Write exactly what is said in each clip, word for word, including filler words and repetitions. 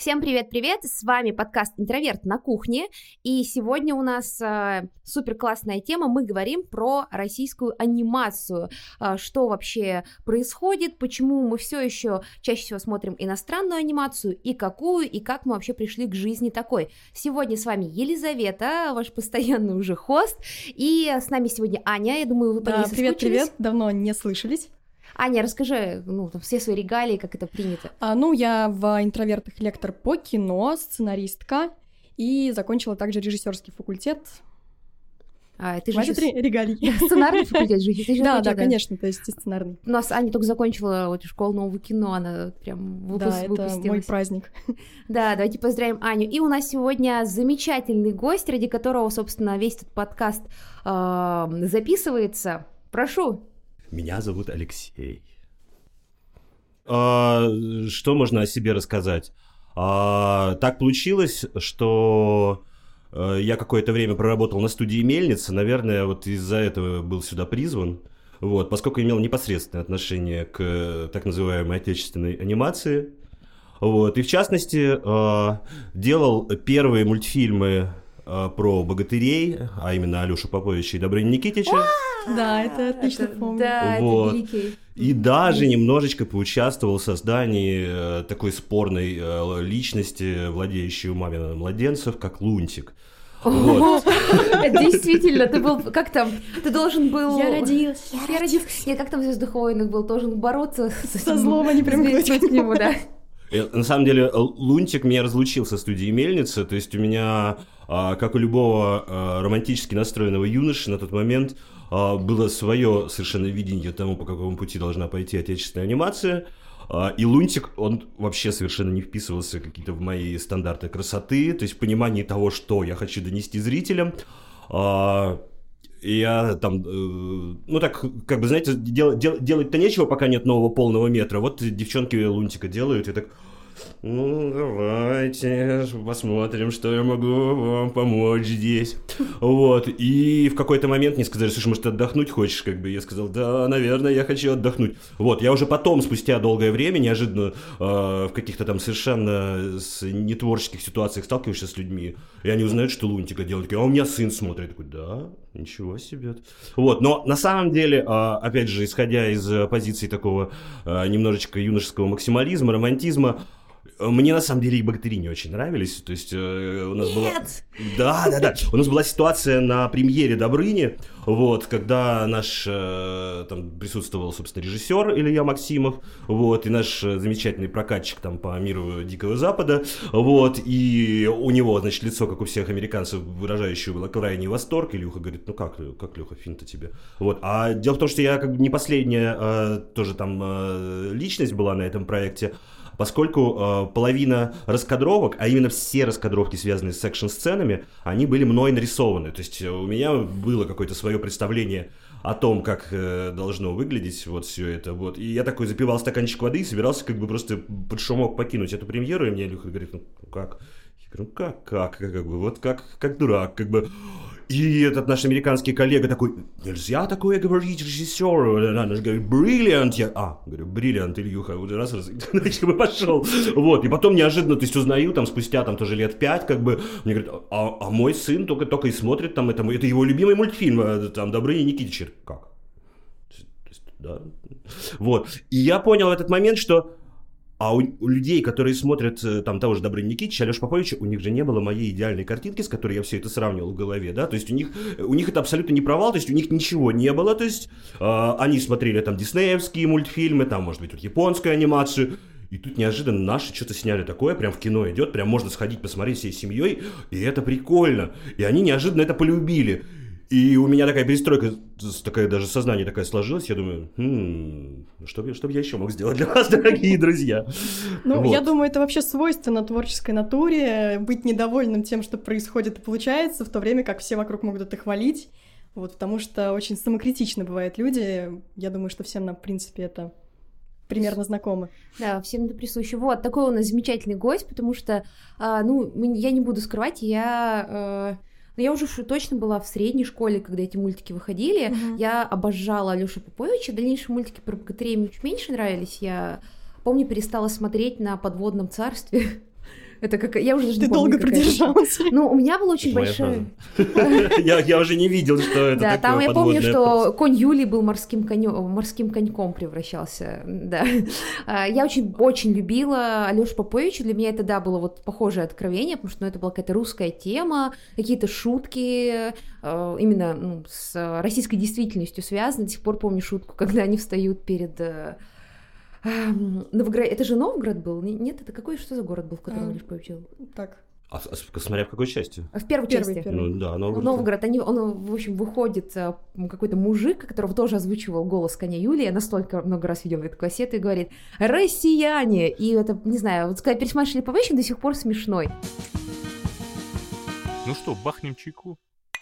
Всем привет-привет, с вами подкаст «Интроверт на кухне», и сегодня у нас э, супер классная тема, мы говорим про российскую анимацию, э, что вообще происходит, почему мы все еще чаще всего смотрим иностранную анимацию, и какую, и как мы вообще пришли к жизни такой. Сегодня с вами Елизавета, ваш постоянный уже хост, и с нами сегодня Аня, я думаю, вы по ней соскучились. Привет-привет, давно не слышались. Аня, расскажи, ну, там, все свои регалии, как это принято. А, ну, я в «Интровертах» лектор по кино, сценаристка, и закончила также режиссерский факультет. А, ты же Хватит еще... регалий. Сценарный факультет же, ты же Да, да, конечно, то есть сценарный. У нас Аня только закончила вот школу нового кино, она прям выпуск, да, выпустилась. Да, это мой праздник. Да, давайте поздравим Аню. И у нас сегодня замечательный гость, ради которого, собственно, весь этот подкаст э, записывается. Прошу. Меня зовут Алексей. А, что можно о себе рассказать? А, так получилось, что а, я какое-то время проработал на студии «Мельница». Наверное, вот из-за этого был сюда призван. Вот, поскольку имел непосредственное отношение к так называемой отечественной анимации. Вот, и в частности, а, делал первые мультфильмы а, про богатырей, а именно Алёшу Поповича и Добрыню Никитича. Да, это отлично это, помню. Да, вот. это великий. И даже немножечко поучаствовал в создании э, такой спорной э, личности, владеющей умами младенцев, как Лунтик. Вот. Действительно, ты был, как там, ты должен был... Я родился. Я родился. Нет, как там в «Звездных войнах» был, должен бороться со злом, а не примкнуть к нему, да. На самом деле, Лунтик меня разлучил со студией «Мельница», то есть у меня, как у любого романтически настроенного юноши на тот момент, было свое совершенно видение тому, по какому пути должна пойти отечественная анимация. И Лунтик, он вообще совершенно не вписывался какие-то в мои стандарты красоты, то есть в понимании того, что я хочу донести зрителям. И я там, ну так, как бы, знаете, дел, дел, делать-то нечего, пока нет нового полного метра. Вот девчонки Лунтика делают, и так... Ну, давайте посмотрим, что я могу вам помочь здесь. Вот, и в какой-то момент мне сказали: слушай, может, ты отдохнуть хочешь? Как бы я сказал: да, наверное, я хочу отдохнуть. Вот, я уже потом, спустя долгое время, неожиданно э, в каких-то там совершенно с нетворческих ситуациях сталкиваешься с людьми, и они узнают, что Лунтика делают. Такие: а у меня сын смотрит. Я такой: да, ничего себе. Вот, но на самом деле, э, опять же, исходя из позиции такого э, немножечко юношеского максимализма, романтизма, мне, на самом деле, и богатыри не очень нравились, то есть э, у нас Нет! была... Да, да, да, у нас была ситуация на премьере «Добрыни», вот, когда наш, э, там присутствовал, собственно, режиссер Илья Максимов, вот, и наш замечательный прокатчик там по миру Дикого Запада, вот, и у него, значит, лицо, как у всех американцев, выражающее было крайний восторг, Илюха говорит: ну как, как, Леха, финт-то тебе? Вот, а дело в том, что я как бы не последняя э, тоже там э, личность была на этом проекте, поскольку э, половина раскадровок, а именно все раскадровки, связанные с экшн-сценами, они были мной нарисованы. То есть у меня было какое-то свое представление о том, как э, должно выглядеть вот все это. Вот. И я такой запивал стаканчик воды и собирался как бы просто под шумок покинуть эту премьеру. И мне Илюха говорит: ну как? Я говорю: ну как, как, как бы, вот как, как дурак, как бы. И этот наш американский коллега такой: нельзя такое говорить режиссеру. Она же говорит: бриллиант. Я, а, говорю: бриллиант, Ильюха, уже раз, раз, значит, бы пошел. Вот, и потом неожиданно, то есть узнаю, там, спустя, там, тоже лет пять, как бы, мне говорят: а, а мой сын только, только и смотрит, там, это, это его любимый мультфильм, там, Добрыня Никитича. Как? Да. Вот, и я понял в этот момент, что а у, у людей, которые смотрят там того же Добрыню Никитича, Алёшу Поповича, у них же не было моей идеальной картинки, с которой я все это сравнивал в голове, да, то есть у них, у них это абсолютно не провал, то есть у них ничего не было, то есть э, они смотрели там диснеевские мультфильмы, там, может быть, вот японскую анимацию, и тут неожиданно наши что-то сняли такое, прям в кино идет, прям можно сходить посмотреть всей семьей, и это прикольно, и они неожиданно это полюбили. И у меня такая перестройка, такая даже сознание такое сложилось, я думаю: хм, что бы, что бы я еще мог сделать для вас, дорогие друзья? Ну, вот. Я думаю, это вообще свойственно творческой натуре, быть недовольным тем, что происходит и получается, в то время как все вокруг могут это хвалить, вот, потому что очень самокритично бывают люди, я думаю, что всем нам, в принципе, это примерно знакомо. Да, всем это присуще. Вот, такой у нас замечательный гость, потому что, а, ну, я не буду скрывать, я... А... Но я уже точно была в средней школе, когда эти мультики выходили. Uh-huh. Я обожала Алёшу Поповича. Дальнейшие мультики про богатырей мне чуть меньше нравились. Я, помню, перестала смотреть на «Подводном царстве». Это как... Я уже даже Ты не помню, долго какая это. продержался. Ну, у меня был очень Моя большой... Я, я уже не видел, что это Да, такое там я помню, подводное. что конь Юлий был морским конем, морским коньком превращался, да. А, Я очень, очень любила Алёшу Поповича, для меня это, да, было вот похожее откровение, потому что ну, это была какая-то русская тема, какие-то шутки, э, именно ну, с российской действительностью связаны. До сих пор помню шутку, когда они встают перед... э, эм, Новоград... Это же Новгород был? Не- Нет, это какой, что за город был, в котором А. Алёша Попович жил? Так, А, а смотря в какой части? В первой Первый, части. первый. Ну да, Новгород. Новгород, они, он, в общем, выходит э, какой-то мужик, которого тоже озвучивал голос коня Юлия, я настолько много раз видела эту кассету, и говорит «Россияне!» И это, не знаю, вот когда пересматривали Поповича, до сих пор смешной. Ну что, бахнем чайку?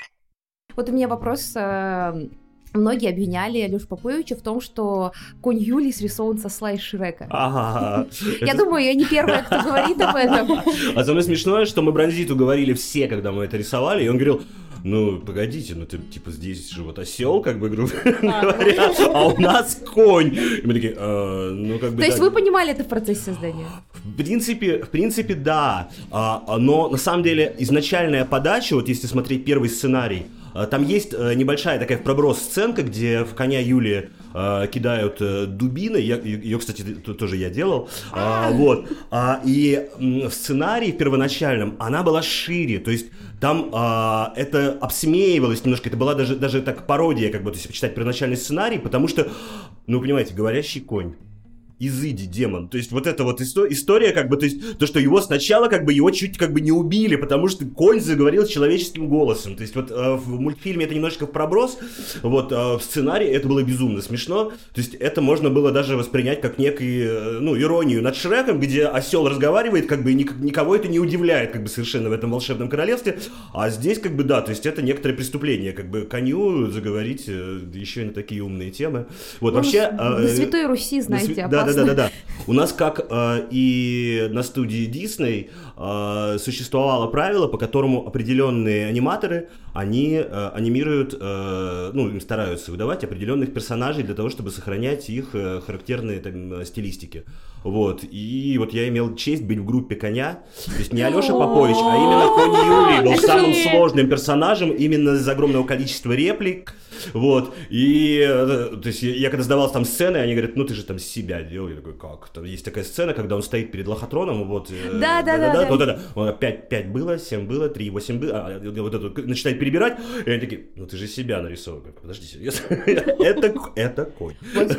Вот у меня вопрос... э, Многие обвиняли Алёшу Поповича в том, что конь Юлий срисован со слайд Шрека. Ага. Я Это- думаю, я не первая, кто говорит об этом. А самое смешное, что мы Бронзиту говорили все, когда мы это рисовали, и он говорил, ну, погодите, ну, ты, типа, здесь же вот осел, как бы, грубо говоря, а у нас конь. И мы такие, «А, ну, как бы... То есть да». вы понимали это в процессе создания? В принципе, в принципе, да. А, а, но на самом деле изначальная подача, вот если смотреть первый сценарий, а, там есть а, небольшая такая в проброс сценка, где в коня Юлия а, кидают а, дубиной. Я, ее, кстати, т- тоже я делал. А, вот. А, и м, в сценарии первоначальном она была шире, то есть там а, это обсмеивалось немножко, это была даже, даже так пародия, как бы, то есть почитать первоначальный сценарий, потому что, ну, понимаете, говорящий конь. Изыди, демон. То есть вот эта вот исто- история, как бы, то есть то, что его сначала, как бы, его чуть как бы не убили, потому что конь заговорил человеческим голосом. То есть вот э, в мультфильме это немножечко в проброс, вот, а в сценарии это было безумно смешно. То есть это можно было даже воспринять как некий, э, ну, иронию над Шреком, где осел разговаривает, как бы, и ник- никого это не удивляет, как бы, совершенно в этом волшебном королевстве. А здесь, как бы, да, то есть это некоторое преступление, как бы, коню заговорить э, еще и на такие умные темы. Вот, Ну, вообще... На э, Святой Руси, знаете, да, опасно. да, да, да, да. У нас, как э, и на студии Disney, э, существовало правило, по которому определенные аниматоры, они э, анимируют, э, ну, им стараются выдавать определенных персонажей для того, чтобы сохранять их э, характерные там, стилистики. Вот. И вот я имел честь быть в группе коня. То есть не Алёша Попович, а именно конь Юлий был самым сложным персонажем именно из-за огромного количества реплик. Вот. И э, то есть я, я когда сдавался там сцены, они говорят, ну ты же там себя делал. Я такой, как? Там есть такая сцена, когда он стоит перед лохотроном, вот. э, Да, да, да, да. Вот это. Он пять, пять было, семь было, три, восемь было. А, вот это начинает перебирать. И они такие, ну ты же себя нарисовал. Подожди, серьезно? Это, это конь.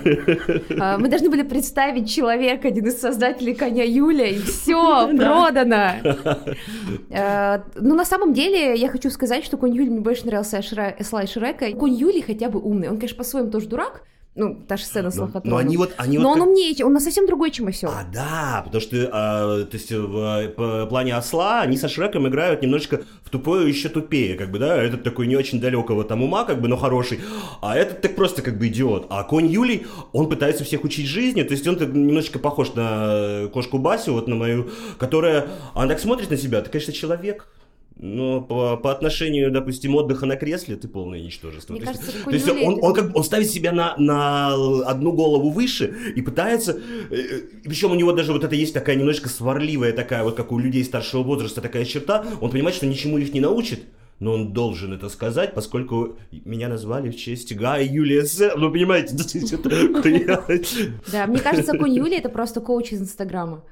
А, Мы должны были представить человека, один из создателей коня Юлия, и все, продано. Э, Ну, на самом деле, я хочу сказать, что конь Юлий мне больше нравился Шре- слайд Шрека. Конь Юлий хотя бы умный. Он, конечно, по-своему тоже дурак. Ну, та же сцена с Но, лохотроном. но они вот, они Но вот он как- умнее, чем- он совсем другой, чем осел. А, да, потому что, а, то есть, в по плане осла они со Шреком играют немножечко в тупое еще тупее, как бы, да, этот такой не очень далекого там ума, как бы, но хороший, а этот так просто как бы идиот. А конь Юлий, он пытается всех учить жизни, то есть он так немножечко похож на кошку Басю, вот на мою, которая, она так смотрит на себя, ты, конечно, человек. Но по, по отношению, допустим, отдыха на кресле ты полное ничтожество. Мне то есть, кажется, то конь есть Юлий он, это- он, как, бы- он ставит себя на, на одну голову выше и пытается... Причем у него даже вот это есть такая немножко сварливая, такая вот как у людей старшего возраста такая черта. Он понимает, что ничему их не научит, но он должен это сказать, поскольку меня назвали в честь Гая Юлия Цезаря. Ну, понимаете, да, то есть это такое. Да, мне кажется, конь Юлий это просто коуч из Инстаграма.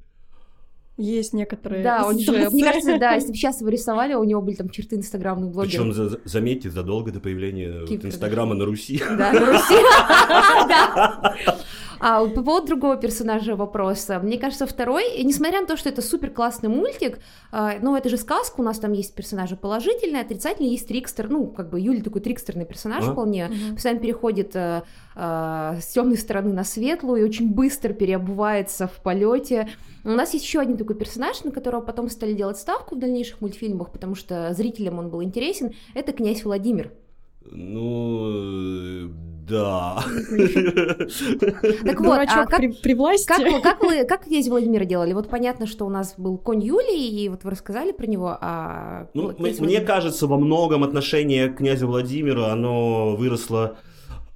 Есть некоторые Да, он же, ситуации. мне кажется, да, если бы сейчас его рисовали, у него были там черты инстаграмных блогеров. Причем, за- заметьте, задолго до появления вот Ким Инстаграма на Руси. Да, на Руси. Да. А вот по поводу другого персонажа вопроса. Мне кажется, второй, и несмотря на то, что это супер классный мультик, а, ну, это же сказка, у нас там есть персонажи положительные, отрицательные, есть трикстер, ну, как бы Юлий такой трикстерный персонаж А? вполне, постоянно переходит а, а, с темной стороны на светлую и очень быстро переобувается в полете. У нас есть еще один такой персонаж, на которого потом стали делать ставку в дальнейших мультфильмах, потому что зрителям он был интересен, это князь Владимир. Ну, да. Так вот, а Дурачок как, при, при власти. как, вы- как вы, как князь Владимира делали? Вот понятно, что у нас был конь Юлий, и вот вы рассказали про него, а... Ну, вот м- князь мне Владимир- кажется, во многом отношение к князю Владимиру, оно выросло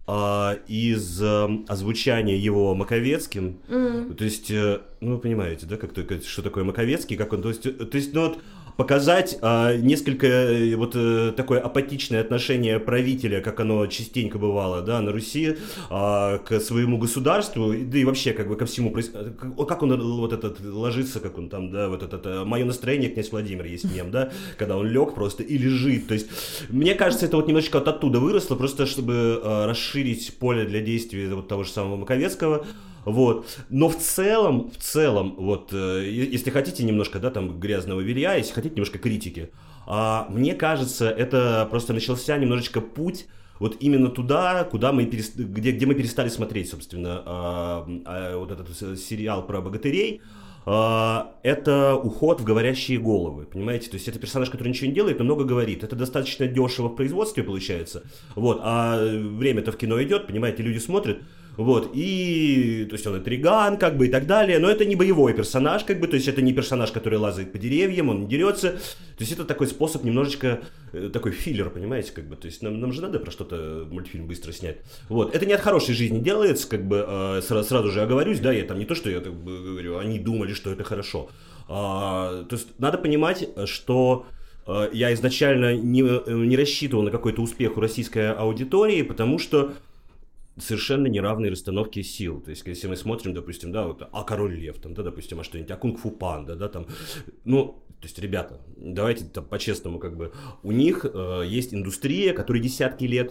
а, из а, озвучания его Маковецким. Mm. То есть, ну, вы понимаете, да, как, что такое Маковецкий, как он, то есть, то есть ну, вот, показать а, несколько вот а, такое апатичное отношение правителя, как оно частенько бывало, да, на Руси, а, к своему государству, да и вообще как бы ко всему, как он вот этот ложится, как он там, да, вот это «Мое настроение, князь Владимир» есть мем, да, когда он лег просто и лежит, то есть мне кажется, это вот немножечко вот оттуда выросло, просто чтобы а, расширить поле для действия вот того же самого Маковецкого. Вот. Но в целом, в целом, вот, э, если хотите немножко, да, там, грязного белья, если хотите немножко критики, э, мне кажется, это просто начался немножечко путь вот именно туда, куда мы перест... где, где мы перестали смотреть, собственно, э, э, вот этот сериал про богатырей. Uh, это уход в говорящие головы, понимаете? То есть это персонаж, который ничего не делает, но много говорит. Это достаточно дешево в производстве получается, вот, а время-то в кино идет, понимаете, люди смотрят, вот, и, то есть он интриган, как бы, и так далее, но это не боевой персонаж, как бы, то есть это не персонаж, который лазает по деревьям, он не дерется, то есть это такой способ немножечко, такой филлер, понимаете, как бы, то есть нам, нам же надо про что-то мультфильм быстро снять, вот, это не от хорошей жизни делается, как бы, э, сразу, сразу же оговорюсь, да, я там не то, что я так бы говорю, они думали, что это хорошо, а, то есть надо понимать, что э, я изначально не, не рассчитывал на какой-то успех у российской аудитории, потому что совершенно неравные расстановки сил. То есть, если мы смотрим, допустим, да, вот, а Король Лев, там, да, допустим, а что-нибудь, а Кунг-фу Панда, да, там, ну, то есть, ребята, давайте там по-честному, как бы, у них э, есть индустрия, которая десятки лет,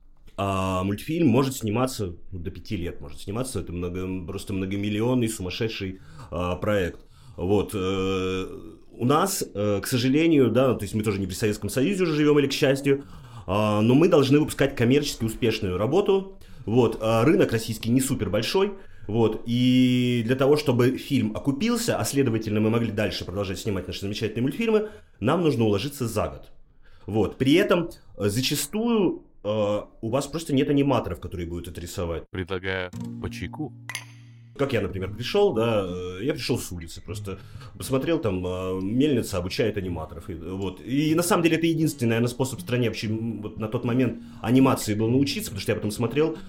а мультфильм может сниматься, ну, до пяти лет может сниматься, это много, просто многомиллионный сумасшедший э, проект. Вот, э, у нас, э, к сожалению, да, то есть, мы тоже не при Советском Союзе уже живем, или к счастью, э, но мы должны выпускать коммерчески успешную работу. Вот, рынок российский не супер большой, вот, и для того, чтобы фильм окупился, а следовательно мы могли дальше продолжать снимать наши замечательные мультфильмы, нам нужно уложиться за год. Вот, при этом зачастую э, у вас просто нет аниматоров, которые будут это рисовать. Предлагаю по чайку. Как я, например, пришел, да, я пришел с улицы, просто посмотрел, там, мельница обучает аниматоров, и, вот, и на самом деле это единственный, наверное, способ в стране вообще вот, на тот момент анимации был научиться, потому что я потом смотрел,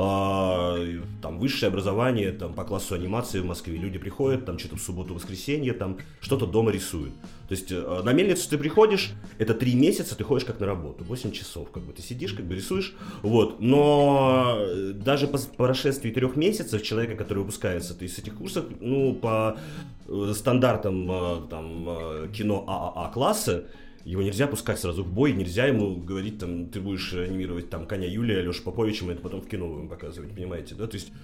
а, там, высшее образование, там, по классу анимации в Москве, люди приходят, там, что-то в субботу-воскресенье, там, что-то дома рисуют, то есть на мельницу ты приходишь, это три месяца, ты ходишь как на работу, восемь часов, как бы, ты сидишь, как бы, рисуешь, вот, но даже по, по прошествии трех месяцев человека, который выпускается, то есть с этих курсов, ну, по стандартам там, кино ААА класса, его нельзя пускать сразу в бой, нельзя ему говорить, там, ты будешь анимировать там Коня Юлия, Алёшу Поповича, мы это потом в кино будем показывать, понимаете, да, то есть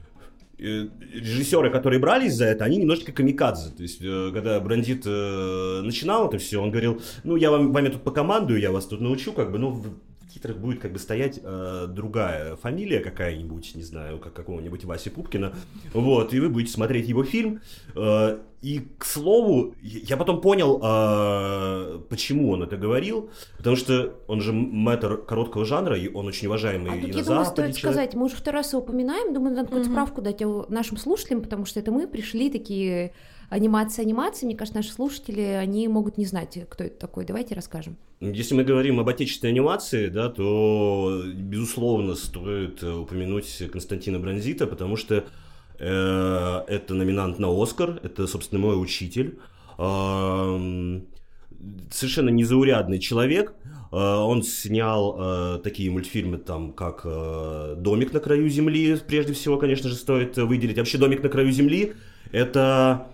э, режиссеры, которые брались за это, они немножечко камикадзе, то есть э, когда Брандит э, начинал это все, он говорил, ну, я вам, вами тут покомандую, я вас тут научу, как бы, ну, в титрах будет как бы стоять э, другая фамилия какая-нибудь, не знаю, как какого-нибудь Васи Пупкина, вот, и вы будете смотреть его фильм, э, и, к слову, я потом понял, э, почему он это говорил, потому что он же мэтр короткого жанра, и он очень уважаемый а и тут, на я Западе думаю, стоит человек. сказать, мы уже второй раз его упоминаем, думаю, надо какую-то mm-hmm. справку дать нашим слушателям, потому что это мы пришли такие анимации, анимации, мне кажется, наши слушатели, они могут не знать, кто это такой, давайте расскажем. Если мы говорим об отечественной анимации, да, то, безусловно, стоит упомянуть Константина Бронзита, потому что э, это номинант на Оскар, это, собственно, мой учитель, э, совершенно незаурядный человек, э, он снял э, такие мультфильмы, там, как э, «Домик на краю земли», прежде всего, конечно же, стоит выделить. Вообще, «Домик на краю земли» — это...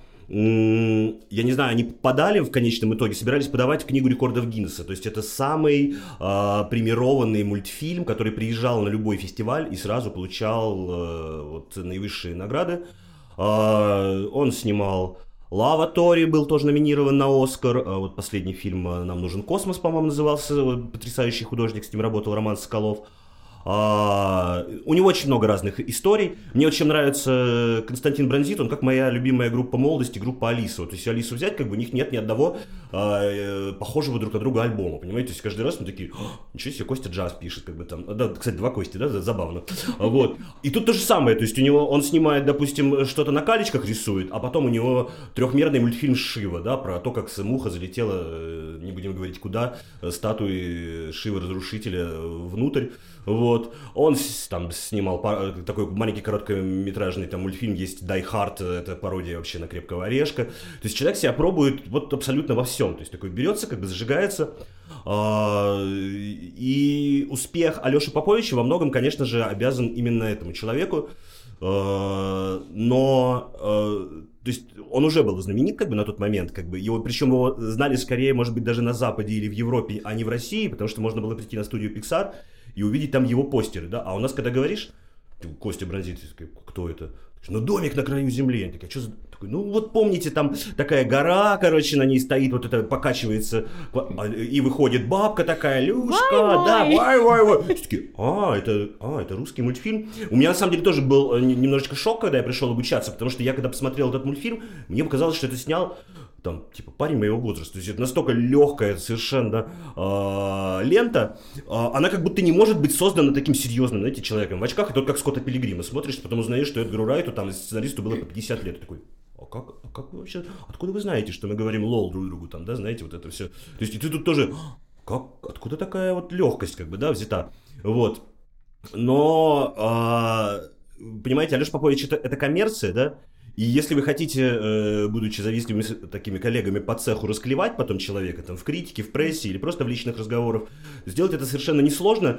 я не знаю, они подали в конечном итоге, собирались подавать в книгу рекордов Гиннесса. То есть это самый э, премированный мультфильм, который приезжал на любой фестиваль и сразу получал э, вот, наивысшие награды. Э, он снимал «Лава Тори», был тоже номинирован на Оскар. Э, вот последний фильм «Нам нужен космос», по-моему, назывался. Потрясающий художник, с ним работал Роман Соколов. Uh, у него очень много разных историй. Мне очень нравится Константин Бронзит, он как моя любимая группа молодости, группа Алиса. Вот, если Алису взять, как бы у них нет ни одного uh, похожего друг на друга альбома, понимаете? То есть каждый раз мы такие, ничего себе, Костя джаз пишет, как бы там. Да, кстати, два Кости, да, забавно. Вот. И тут то же самое, то есть у него, он снимает, допустим, что-то на калечках рисует, а потом у него трехмерный мультфильм Шива, да, про то, как муха залетела, не будем говорить куда, статуи Шивы Разрушителя внутрь. Вот. вот, он там снимал такой маленький короткометражный там мультфильм, есть Die Hard, это пародия вообще на Крепкого орешка, то есть человек себя пробует вот абсолютно во всем, то есть такой берется, как бы зажигается, и успех Алёши Поповича во многом, конечно же, обязан именно этому человеку, но... То есть он уже был знаменит как бы на тот момент, как бы его, причем его знали скорее, может быть, даже на Западе или в Европе, а не в России, потому что можно было прийти на студию Pixar и увидеть там его постеры, да, а у нас, когда говоришь, Костя Бронзит, кто это? Ну, домик на краю земли. Я такая, что за... Такой, ну, вот помните, там такая гора, короче, на ней стоит, вот это покачивается, и выходит бабка такая, Люшка, да, вай-вай-вай. Все такие, а это, а, это русский мультфильм. У меня, на самом деле, тоже был немножечко шок, когда я пришел обучаться, потому что я, когда посмотрел этот мультфильм, мне показалось, что это снял там, типа, парень моего возраста. То есть это настолько легкая совершенно э, лента, э, она как будто не может быть создана таким серьезным, знаете, человеком в очках, и тот как Скотта Пилигрима смотришь, потом узнаешь, что Эдгару Райту, там, сценаристу было по пятьдесят лет. И такой, а как, а как вы вообще, откуда вы знаете, что мы говорим лол друг другу, там, да, знаете, вот это все. То есть и ты тут тоже, как, откуда такая вот легкость, как бы, да, взята. Вот. Но, э, понимаете, Алёша Попович это, это коммерция, да. И если вы хотите, будучи завистливыми такими коллегами по цеху, расклевать потом человека там, в критике, в прессе или просто в личных разговорах, сделать это совершенно несложно.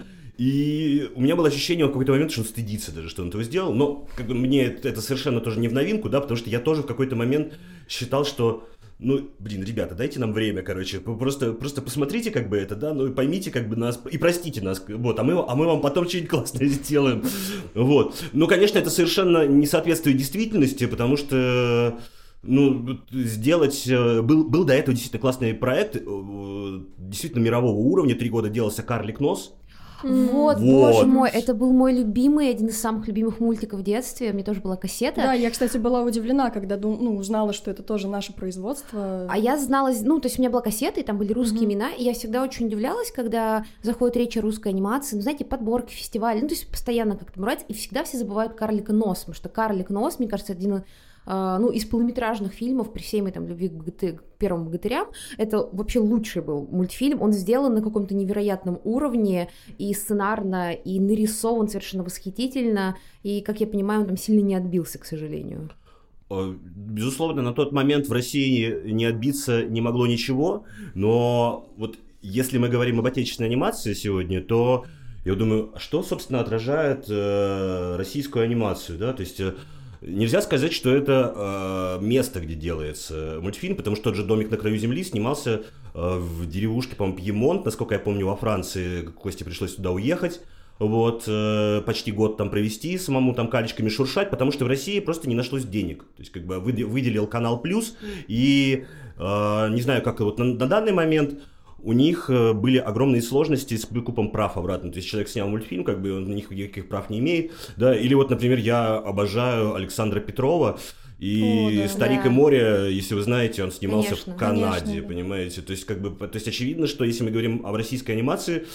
И у меня было ощущение в какой-то момент, что он стыдится даже, что он этого сделал. Но как бы, мне это совершенно тоже не в новинку, да, потому что я тоже в какой-то момент считал, что... Ну, блин, ребята, дайте нам время, короче, просто, просто посмотрите, как бы это, да, ну и поймите, как бы нас, и простите нас, вот, а мы, а мы вам потом что-нибудь классное сделаем, вот. Ну, конечно, это совершенно не соответствует действительности, потому что, ну, сделать, был, был до этого действительно классный проект, действительно мирового уровня, три года делался «Карлик Нос». Вот, вот, боже мой, это был мой любимый, один из самых любимых мультиков в детстве, у меня тоже была кассета. Да, я, кстати, была удивлена, когда ну, узнала, что это тоже наше производство. А я знала, ну, то есть у меня была кассета, и там были русские mm-hmm. имена, и я всегда очень удивлялась, когда заходит речь о русской анимации, ну, знаете, подборки, фестивали, ну, то есть постоянно как-то брать, и всегда все забывают «Карлика Нос», потому что «Карлик Нос», мне кажется, один ну, из полнометражных фильмов, при всей моей там любви к, ГТ, к первым богатырям, это вообще лучший был мультфильм, он сделан на каком-то невероятном уровне, и сценарно, и нарисован совершенно восхитительно, и, как я понимаю, он там сильно не отбился, к сожалению. Безусловно, на тот момент в России не отбиться не могло ничего, но вот если мы говорим об отечественной анимации сегодня, то я думаю, что, собственно, отражает э, российскую анимацию, да, то есть... Нельзя сказать, что это э, место, где делается мультфильм, потому что тот же «Домик на краю земли» снимался э, в деревушке, по-моему, Пьемонт, насколько я помню, во Франции. Косте пришлось туда уехать, вот, э, почти год там провести, самому там калечками шуршать, потому что в России просто не нашлось денег. То есть, как бы, выделил Канал Плюс, и э, не знаю, как вот на, на данный момент... У них были огромные сложности с выкупом прав обратно. То есть человек снял мультфильм, как бы он на них никаких прав не имеет. Да? Или вот, например, я обожаю Александра Петрова. И О, да, «Старик да. и море», если вы знаете, он снимался конечно, в Канаде, конечно, понимаете? Да. То есть, как бы, то есть очевидно, что если мы говорим о российской анимации,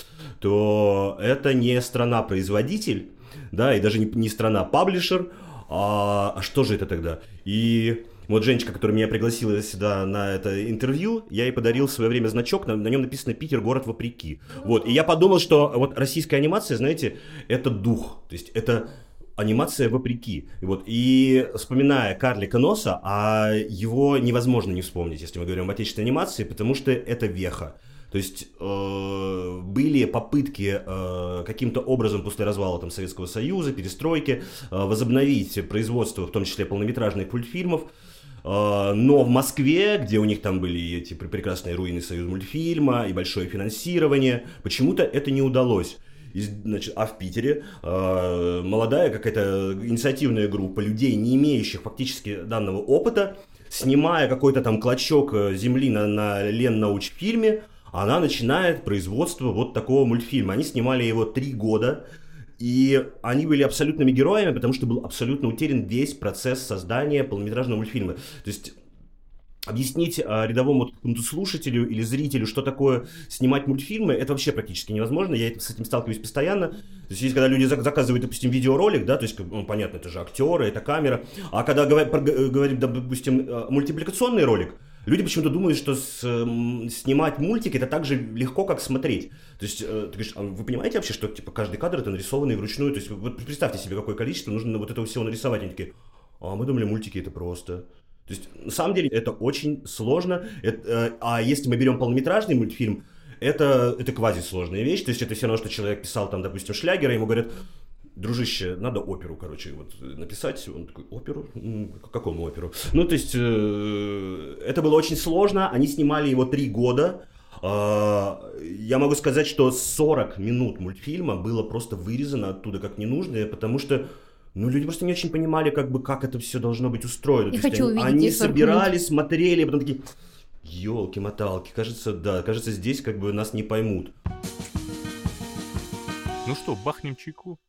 то это не страна-производитель, да, и даже не, не страна-паблишер, а, а что же это тогда? И... Вот Женечка, которая меня пригласила сюда на это интервью, я ей подарил в свое время значок, на, на нем написано «Питер, город вопреки». Вот, и я подумал, что вот российская анимация, знаете, это дух, то есть это анимация вопреки. И, вот, и вспоминая «Карлика Носа», а его невозможно не вспомнить, если мы говорим об отечественной анимации, потому что это веха. То есть э, были попытки э, каким-то образом после развала там, Советского Союза, перестройки, э, возобновить производство, в том числе полнометражных мультфильмов. Но в Москве, где у них там были эти прекрасные руины Союзмультфильма и большое финансирование, почему-то это не удалось. И, значит, а в Питере э, молодая какая-то инициативная группа людей, не имеющих фактически данного опыта, снимая какой-то там клочок земли на, на Леннаучфильме, она начинает производство вот такого мультфильма. Они снимали его три года. И они были абсолютными героями, потому что был абсолютно утерян весь процесс создания полнометражного мультфильма. То есть объяснить а, рядовому слушателю или зрителю, что такое снимать мультфильмы, это вообще практически невозможно. Я с этим сталкиваюсь постоянно. То есть, есть когда люди заказывают, допустим, видеоролик, да, то есть, ну, понятно, это же актеры, это камера. А когда говорим, допустим, мультипликационный ролик, люди почему-то думают, что с, м, снимать мультик это так же легко, как смотреть. То есть, э, ты говоришь, а вы понимаете вообще, что типа каждый кадр это нарисованный вручную? То есть, вот представьте себе, какое количество нужно вот этого всего нарисовать. Они такие, а мы думали, мультики это просто. То есть, на самом деле, это очень сложно. Это, э, а если мы берем полнометражный мультфильм, это, это квазисложная вещь. То есть, это все равно, что человек писал там, допустим, шлягера, ему говорят, дружище, надо оперу, короче, вот написать. Он такой, оперу? Какому оперу? Ну, то есть, э, это было очень сложно. Они снимали его три года. Э, я могу сказать, что сорок минут мультфильма было просто вырезано оттуда как ненужное, потому что ну, люди просто не очень понимали, как бы, как это все должно быть устроено. Я То хочу есть, увидеть они эти сорок собирали, минут. смотрели, а потом такие, елки-моталки, кажется, да, кажется, здесь как бы нас не поймут. Ну что, бахнем чайку?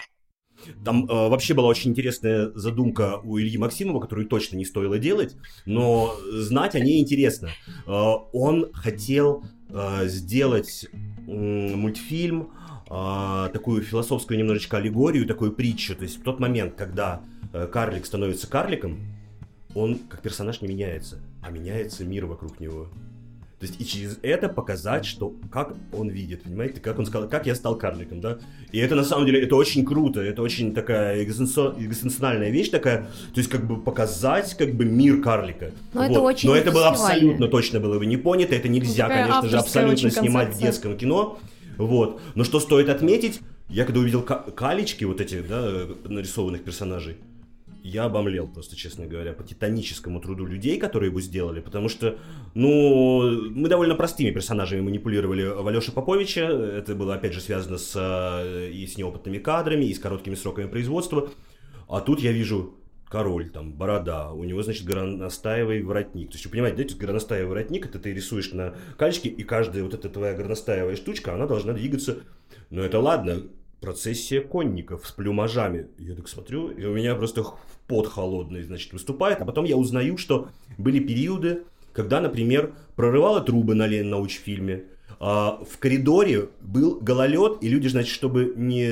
Там э, вообще была очень интересная задумка у Ильи Максимова, которую точно не стоило делать, но знать о ней интересно. Э, он хотел э, сделать э, мультфильм, э, такую философскую немножечко аллегорию, такую притчу. То есть в тот момент, когда э, карлик становится карликом, он как персонаж не меняется, а меняется мир вокруг него. То есть и через это показать, что как он видит, понимаете, как он сказал, как я стал карликом, да. И это на самом деле, это очень круто, это очень такая экзистенциальная вещь такая, то есть как бы показать как бы мир карлика. Но вот. это очень Но это было фестивальное. абсолютно точно было бы не понято, это нельзя, Такая конечно же, авторская абсолютно очень снимать в концепция. детском кино. Вот. Но что стоит отметить, я когда увидел ка- калечки вот этих, да, нарисованных персонажей, я обомлел просто, честно говоря, по титаническому труду людей, которые его сделали, потому что, ну, мы довольно простыми персонажами манипулировали в Алёше Поповиче, это было, опять же, связано с, и с неопытными кадрами, и с короткими сроками производства, а тут я вижу король, там, борода, у него, значит, горностаевый воротник, то есть, вы понимаете, да, то есть горностаевый воротник, это ты рисуешь на кальчике, и каждая вот эта твоя горностаевая штучка, она должна двигаться, но это ладно, процессия конников с плюмажами. Я так смотрю, и у меня просто пот холодный, значит, выступает. А потом я узнаю, что были периоды, когда, например, прорывало трубы на Леннаучфильме. А в коридоре был гололед, и люди, значит, чтобы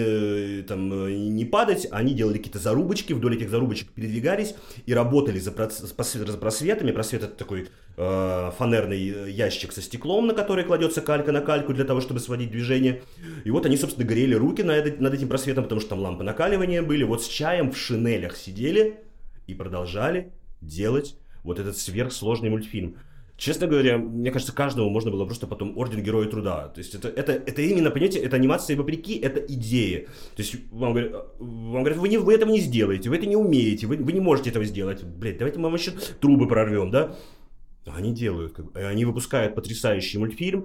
не, там, не падать, они делали какие-то зарубочки, вдоль этих зарубочек передвигались и работали за, прос- за просветами. Просвет — это такой э, фанерный ящик со стеклом, на который кладется калька на кальку для того, чтобы сводить движение. И вот они, собственно, грели руки над, над этим просветом, потому что там лампы накаливания были. Вот с чаем в шинелях сидели и продолжали делать вот этот сверхсложный мультфильм. Честно говоря, мне кажется, каждому можно было просто потом орден Героя Труда. То есть это, это, это именно, понимаете, это анимация вопреки, это идея. То есть вам говорят, вам говорят, вы, не, вы этого не сделаете, вы это не умеете, вы, вы не можете этого сделать. Блять, давайте мы вам еще трубы прорвем, да? Они делают, как, они выпускают потрясающий мультфильм,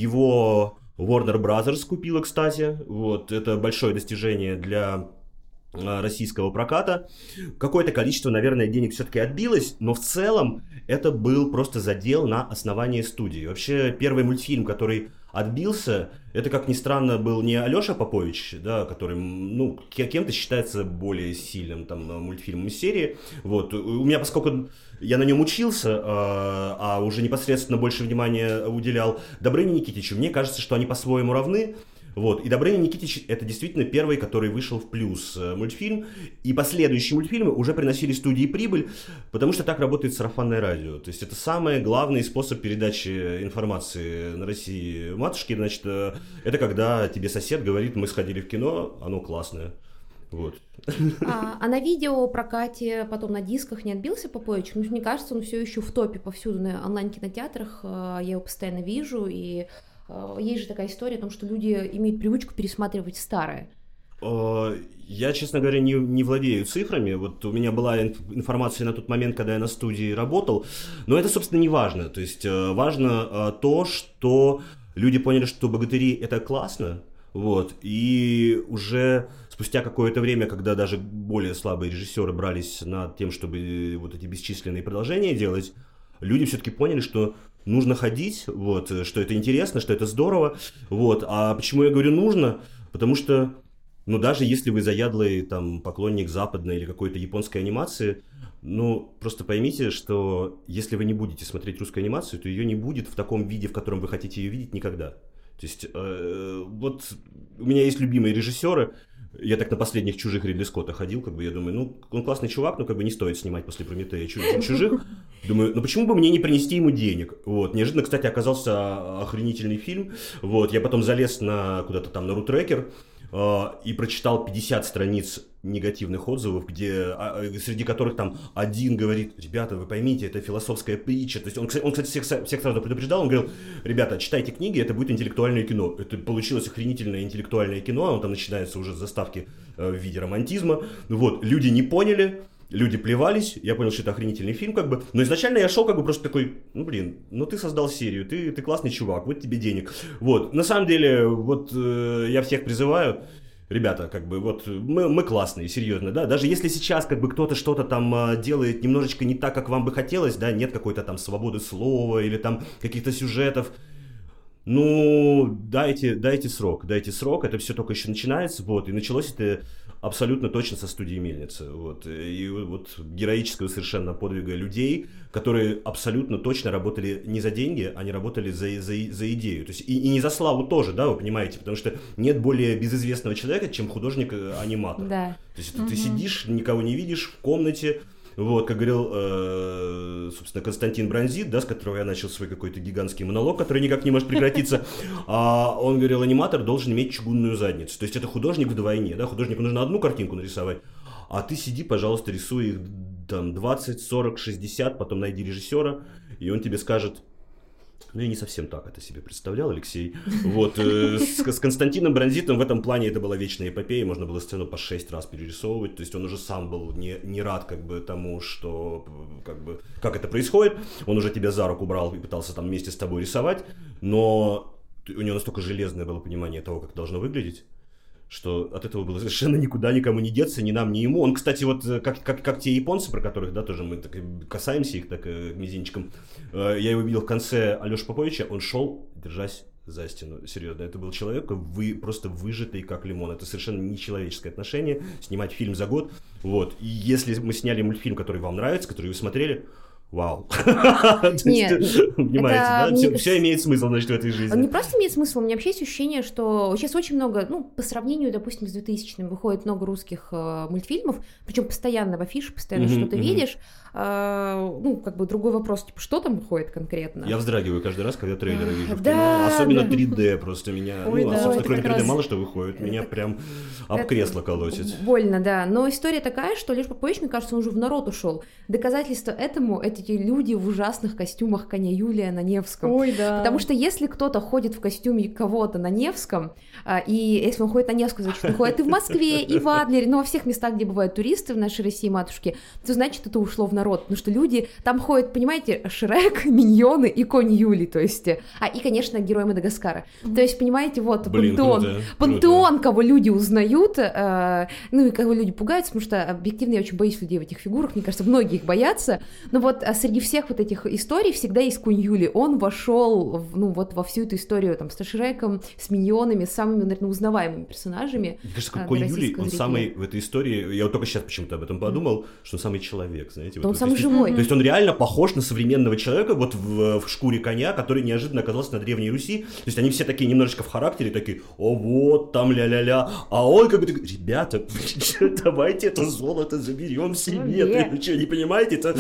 его Warner Brothers купила, кстати, вот, это большое достижение для российского проката. Какое-то количество, наверное, денег все-таки отбилось, но в целом это был просто задел на основании студии. Вообще, первый мультфильм, который отбился, это, как ни странно, был не Алёша Попович, да, который, ну, кем-то считается более сильным там мультфильмом из серии. Вот. У меня, поскольку я на нем учился, а уже непосредственно больше внимания уделял Добрыне Никитичу, мне кажется, что они по-своему равны. Вот. И Добрыня Никитич — это действительно первый, который вышел в плюс мультфильм. И последующие мультфильмы уже приносили студии прибыль, потому что так работает сарафанное радио. То есть это самый главный способ передачи информации на России матушке. Значит, это когда тебе сосед говорит, мы сходили в кино, оно классное. Вот. А, а на видеопрокате, потом на дисках не отбился Попович? Ну, мне кажется, он все еще в топе повсюду на онлайн-кинотеатрах. Я его постоянно вижу, и есть же такая история о том, что люди имеют привычку пересматривать старое. Я, честно говоря, не, не владею цифрами. Вот у меня была информация на тот момент, когда я на студии работал. Но это, собственно, не важно. То есть важно то, что люди поняли, что «Богатыри» — это классно. Вот. И уже спустя какое-то время, когда даже более слабые режиссеры брались над тем, чтобы вот эти бесчисленные продолжения делать, люди все-таки поняли, что нужно ходить, вот, что это интересно, что это здорово, вот. А почему я говорю нужно? Потому что, ну, даже если вы заядлый там поклонник западной или какой-то японской анимации, ну, просто поймите, что если вы не будете смотреть русскую анимацию, то ее не будет в таком виде, в котором вы хотите ее видеть, никогда. То есть, э, вот у меня есть любимые режиссеры. Я так на последних «Чужих» Ридли Скотта ходил, как бы я думаю, ну, он классный чувак, но как бы не стоит снимать после «Прометея» «Чужих», Думаю, ну почему бы мне не принести ему денег? Вот. Неожиданно, кстати, оказался охренительный фильм. Вот. Я потом залез на куда-то там на рутрекер э, и прочитал пятьдесят страниц негативных отзывов, где, среди которых там один говорит: ребята, вы поймите, это философская притча. То есть он, он кстати, всех, всех сразу предупреждал, он говорил: ребята, читайте книги, это будет интеллектуальное кино. Это получилось охренительное интеллектуальное кино, оно там начинается уже с заставки э, в виде романтизма. Вот, люди не поняли, люди плевались, я понял, что это охренительный фильм, как бы. Но изначально я шел как бы просто такой: ну блин, ну ты создал серию, ты, ты классный чувак, вот тебе денег. Вот, на самом деле, вот э, я всех призываю. Ребята, как бы, вот, мы, мы классные, серьезно, да, даже если сейчас, как бы, кто-то что-то там а, делает немножечко не так, как вам бы хотелось, да, нет какой-то там свободы слова или там каких-то сюжетов, ну, дайте, дайте срок, дайте срок, это все только еще начинается, вот, и началось это абсолютно точно со студии «Мельница», вот, и вот героического совершенно подвига людей, которые абсолютно точно работали не за деньги, они работали за, за, за идею, то есть и, и не за славу тоже, да, вы понимаете, потому что нет более безызвестного человека, чем художник-аниматор. Да. То есть угу. ты сидишь, никого не видишь в комнате. Вот, как говорил, э, собственно, Константин Бронзит, да, с которого я начал свой какой-то гигантский монолог, который никак не может прекратиться, а он говорил, аниматор должен иметь чугунную задницу. То есть это художник вдвойне, да, художнику нужно одну картинку нарисовать, а ты сиди, пожалуйста, рисуй их там двадцать, сорок, шестьдесят, потом найди режиссера, и он тебе скажет: ну, я не совсем так это себе представлял, Алексей. Вот, э, с, с Константином Бронзитом в этом плане это была вечная эпопея, можно было сцену по шесть раз перерисовывать, то есть он уже сам был не, не рад как бы тому, что, как бы, как это происходит, он уже тебя за руку брал и пытался там вместе с тобой рисовать, но у него настолько железное было понимание того, как должно выглядеть, что от этого было совершенно никуда никому не деться, ни нам, ни ему. Он, кстати, вот как, как, как те японцы, про которых, да, тоже мы так касаемся их так мизинчиком, я его видел в конце Алёши Поповича, он шел, держась за стену. Серьезно, это был человек, вы, просто выжатый как лимон. Это совершенно нечеловеческое отношение, снимать фильм за год. Вот. И если мы сняли мультфильм, который вам нравится, который вы смотрели, вау. Нет, понимаете, да? мне... Все, все имеет смысл, значит, в этой жизни. Не просто имеет смысл, у меня вообще есть ощущение, что сейчас очень много, ну, по сравнению, допустим, с двухтысячным выходит много русских э, мультфильмов, причем постоянно в афише, постоянно mm-hmm, что-то mm-hmm. видишь. Э, ну, как бы другой вопрос, типа, что там выходит конкретно? Я вздрагиваю каждый раз, когда трейлеры вижу в да, кино. Особенно да. три дэ просто меня, Ой, ну, да, а, собственно, кроме три дэ раз... мало что выходит, меня это... прям об это... кресло колотит. Больно, да. Но история такая, что Алёша Попович, мне кажется, он уже в народ ушел. Доказательство этому — эти люди в ужасных костюмах коня Юлия на Невском. Ой, да. Потому что если кто-то ходит в костюме кого-то на Невском, и если он ходит на Невском, значит, он ходит и в Москве, и в Адлере, ну, во всех местах, где бывают туристы в нашей России, матушки, то значит, это ушло в народ. Потому что люди, там ходят, понимаете, Шрек, Миньоны и конь Юлий, то есть, а, и, конечно, герой Мадагаскара. То есть, понимаете, вот, Блин, пантеон, круто, пантеон, круто. Кого люди узнают, э, ну, и кого люди пугаются, потому что объективно я очень боюсь людей в этих фигурах, мне кажется, многие их боятся, но вот а среди всех вот этих историй всегда есть конь Юлий. Он вошел, в, ну, вот во всю эту историю там, с Шреком, с Миньонами, с самыми, наверное, узнаваемыми персонажами. Мне кажется, конь Юлий, он самый в этой истории, я вот только сейчас почему-то об этом подумал, mm. что он самый человек, знаете. Вот, он вот, самый то живой. То есть он реально похож на современного человека вот в, в шкуре коня, который неожиданно оказался на Древней Руси. То есть они все такие немножечко в характере, такие: о, вот там ля-ля-ля. А он как бы такой: ребята, давайте это золото заберем себе. Вы что, не понимаете? Это...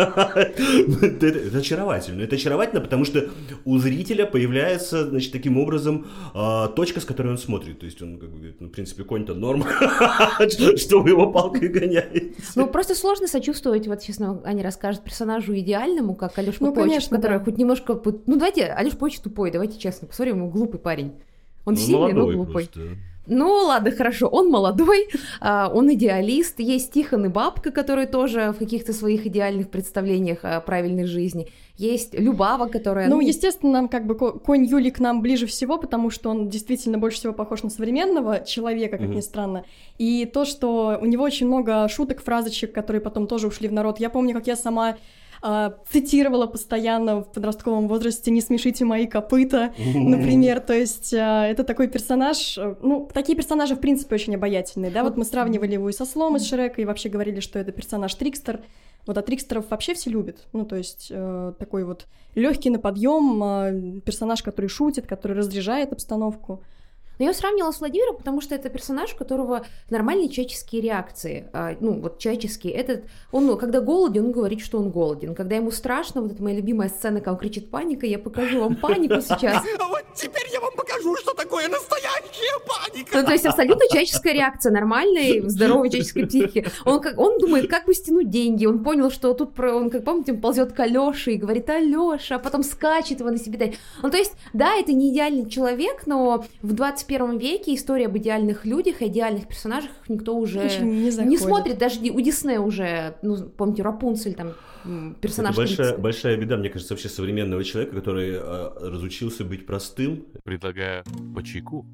это, это очаровательно. Это очаровательно, потому что у зрителя появляется, значит, таким образом э, точка, с которой он смотрит. То есть он как бы говорит: ну, в принципе, конь-то норм, что вы его палкой гоняете. Ну, просто сложно сочувствовать, вот, честно, Аня расскажет, персонажу идеальному, как Алёша ну, Попович, конечно, который да. хоть немножко... Ну, давайте, Алёша Попович тупой, давайте честно, посмотрим, ему глупый парень. Он ну, сильный, но глупый. Просто. Ну, ладно, хорошо, он молодой, он идеалист, есть Тихон и Бабка, которые тоже в каких-то своих идеальных представлениях о правильной жизни, есть Любава, которая... Ну, ну, естественно, нам как бы конь Юлий к нам ближе всего, потому что он действительно больше всего похож на современного человека, как mm-hmm. ни странно, и то, что у него очень много шуток, фразочек, которые потом тоже ушли в народ. Я помню, как я сама... цитировала постоянно в подростковом возрасте «Не смешите мои копыта», например, то есть это такой персонаж, ну, такие персонажи, в принципе, очень обаятельные, да, вот мы сравнивали его и со Слом из Шрека, и вообще говорили, что это персонаж-трикстер, вот, а трикстеров вообще все любят, ну, то есть такой вот легкий на подъем персонаж, который шутит, который разряжает обстановку. Но я сравнивала с Владимиром, потому что это персонаж, у которого нормальные человеческие реакции. А, ну, вот человеческие. Этот, он, ну, когда голоден, он говорит, что он голоден. Когда ему страшно, вот это моя любимая сцена, когда он кричит «паника», я покажу вам панику сейчас. А вот теперь я вам покажу, что такое настоящая паника. Ну, то есть абсолютно человеческая реакция, нормальной, здоровой человеческой психики. Он, как, он думает, как бы стянуть деньги. Он понял, что тут, про, он, как помните, он ползет к Алёше и говорит «Алёша», а потом скачет его на себе дать. Ну, то есть, да, это не идеальный человек, но в двадцать первом веке история об идеальных людях, о идеальных персонажах никто уже не, не смотрит. Даже у Диснея уже, ну, помните, Рапунцель, там, персонаж. Это большая, большая беда, мне кажется, вообще современного человека, который э, разучился быть простым. Предлагаю по чайку.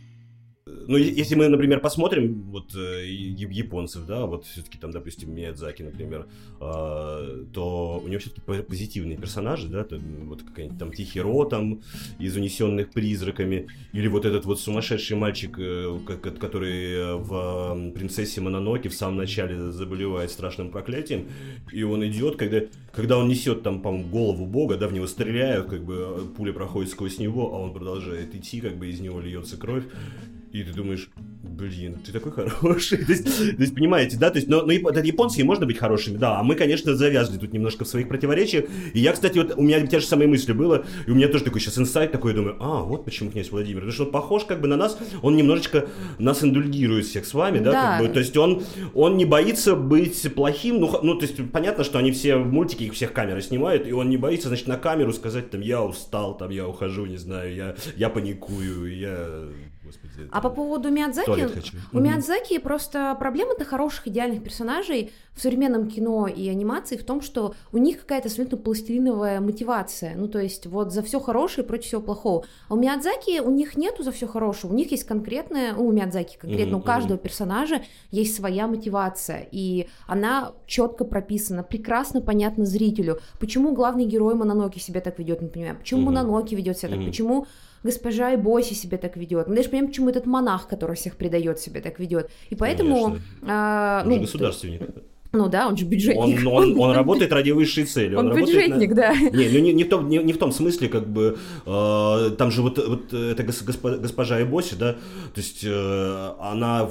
Ну, если мы, например, посмотрим вот э, японцев, да, вот все-таки там, допустим, Миядзаки, например, э, то у него все-таки позитивные персонажи, да, то, вот какой-нибудь там Тихиро там из «Унесенных призраками», или вот этот вот сумасшедший мальчик, э, который в «Принцессе Мононоке» в самом начале заболевает страшным проклятием, и он идет, когда, когда он несет там, по-моему, голову бога, да, в него стреляют, как бы пуля проходит сквозь него, а он продолжает идти, как бы из него льется кровь. И ты думаешь, блин, ты такой хороший. то, есть, то есть, понимаете, да? То есть, но, но японцы можно быть хорошими, да, а мы, конечно, завязли тут немножко в своих противоречиях. И я, кстати, вот у меня те же самые мысли было, и у меня тоже такой сейчас инсайт такой, я думаю, а, вот почему князь Владимир. Потому что он похож как бы на нас, он немножечко нас индульгирует всех с вами, да, да. Как бы, то есть он, он не боится быть плохим, ну, ну, то есть понятно, что они все в мультике, их всех камеры снимают, и он не боится, значит, на камеру сказать, там, я устал, там, я ухожу, не знаю, я, я паникую, я... Господи, а по поводу Миядзаки, у угу. Миядзаки просто проблема-то хороших идеальных персонажей в современном кино и анимации в том, что у них какая-то абсолютно пластилиновая мотивация, ну то есть вот за все хорошее против всего плохого. А у Миядзаки у них нету за все хорошее, у них есть конкретная, ну, у Миядзаки конкретно, угу, у каждого угу. персонажа есть своя мотивация, и она четко прописана, прекрасно понятна зрителю. Почему главный герой Мононоке себя так ведет, не понимаю, почему угу. Мононоке ведет себя так, угу. почему госпожа Эбоси себя так ведет. Мы даже понимаем, почему этот монах, который всех предает, себя так ведет. И поэтому... А, он ну, же государственник. Ну да, он же бюджетник. Он, он, он работает ради высшей цели. Он, он бюджетник, на... да. Не, ну не, не, в том, не, не в том смысле, как бы, э, там же вот, вот эта госпожа, госпожа Эбоси, да, то есть э, она,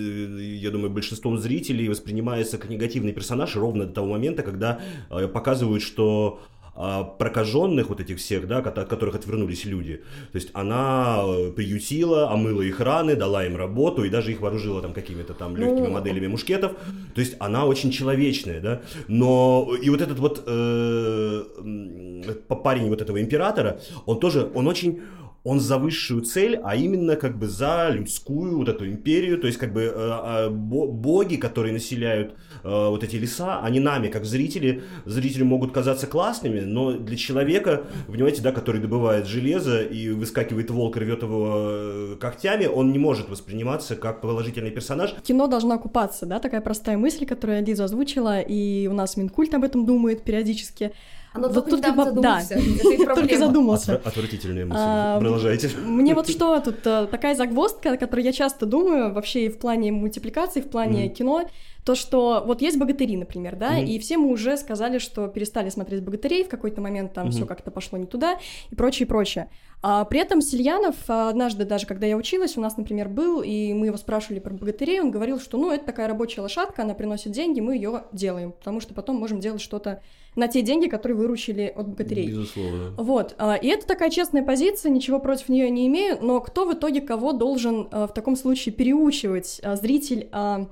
я думаю, большинством зрителей воспринимается как негативный персонаж ровно до того момента, когда э, показывают, что прокаженных вот этих всех, да, от которых отвернулись люди. То есть она приютила, омыла их раны, дала им работу и даже их вооружила там какими-то там легкими ну... моделями мушкетов. То есть она очень человечная, да. Но и вот этот вот э, парень вот этого императора, он тоже, он очень... Он за высшую цель, а именно как бы за людскую вот эту империю, то есть как бы э, боги, которые населяют э, вот эти леса, они нами, как зрители, зрители могут казаться классными, но для человека, вы понимаете, да, который добывает железо и выскакивает волк, рвет его когтями, он не может восприниматься как положительный персонаж. Кино должно окупаться, да, такая простая мысль, которую Лиза озвучила, и у нас Минкульт об этом думает периодически. Оно вот только тут недавно задумался. Да, только задумался. Отвр- отвратительные мысли. А, Продолжайте. Мне вот что тут такая загвоздка, о которой я часто думаю, вообще и в плане мультипликации, в плане mm-hmm. кино, то, что вот есть «Богатыри», например, да, mm-hmm. и все мы уже сказали, что перестали смотреть «Богатырей», в какой-то момент там mm-hmm. все как-то пошло не туда и прочее, прочее. А при этом Сельянов однажды, даже когда я училась, у нас, например, был, и мы его спрашивали про «Богатырей», он говорил, что, ну, это такая рабочая лошадка, она приносит деньги, мы ее делаем, потому что потом можем делать что-то на те деньги, которые выручили от «Богатырей». Безусловно. Вот, и это такая честная позиция, ничего против нее не имею, но кто в итоге кого должен в таком случае переучивать? Зритель...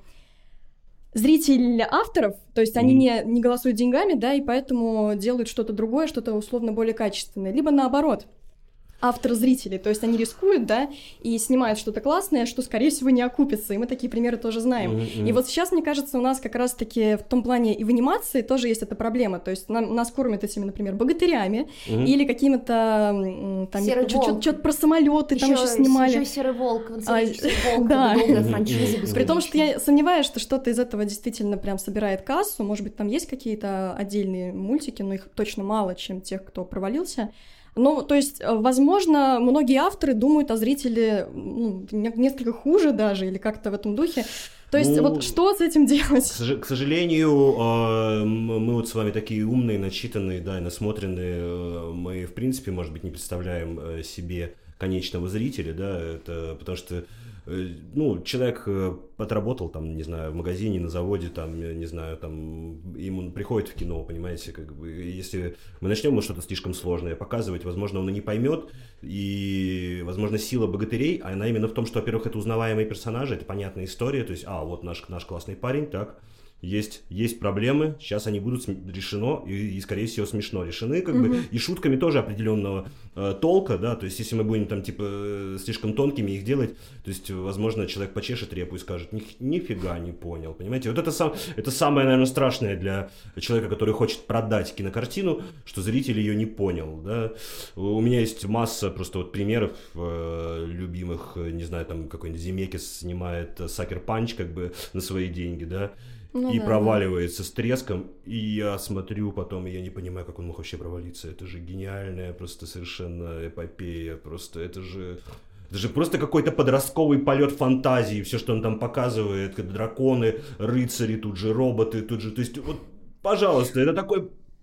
Зритель авторов, то есть они mm. не, не голосуют деньгами, да, и поэтому делают что-то другое, что-то условно более качественное, либо наоборот. Автор-зрители, то есть они рискуют, да, и снимают что-то классное, что, скорее всего, не окупится, и мы такие примеры тоже знаем. Mm-hmm. И вот сейчас, мне кажется, у нас как раз-таки в том плане и в анимации тоже есть эта проблема, то есть нам, нас кормят этими, например, богатырями, mm-hmm. или какими-то там что-то про самолеты там еще снимали. Еще «Серый волк», а, «Серый волк», да. долгая франшиза. При том, что я сомневаюсь, что что-то из этого действительно прям собирает кассу, может быть, там есть какие-то отдельные мультики, но их точно мало, чем тех, кто провалился. Ну, то есть, возможно, многие авторы думают о зрителе ну, несколько хуже даже, или как-то в этом духе. То есть, ну, вот что с этим делать? К сожалению, мы вот с вами такие умные, начитанные, да, и насмотренные. Мы, в принципе, может быть, не представляем себе, конечного зрителя, да, это потому что ну, человек отработал там, не знаю, в магазине, на заводе, там, не знаю, там, ему приходит в кино, понимаете, как бы, если мы начнем ему что-то слишком сложное показывать, возможно, он и не поймет, и, возможно, сила богатырей, она именно в том, что, во-первых, это узнаваемые персонажи, это понятная история, то есть, а, вот наш, наш классный парень, так, Есть, есть проблемы, сейчас они будут решено и, и, скорее всего, смешно решены, как mm-hmm. бы, и шутками тоже определенного э, толка, да, то есть, если мы будем там, типа, э, слишком тонкими их делать, то есть, возможно, человек почешет репу и скажет, Ни, нифига не понял, понимаете, вот это, сам, это самое, наверное, страшное для человека, который хочет продать кинокартину, что зритель ее не понял, да, у меня есть масса просто вот примеров э, любимых, не знаю, там, какой-нибудь Земекис снимает Sucker Punch, как бы, на свои деньги, да, Ну, и да, проваливается да. с треском, и я смотрю потом, и я не понимаю, как он мог вообще провалиться. Это же гениальная просто совершенно эпопея, просто это же... Это же просто какой-то подростковый полет фантазии, все, что он там показывает, как драконы, рыцари, тут же роботы, тут же... То есть, вот, пожалуйста, это такой...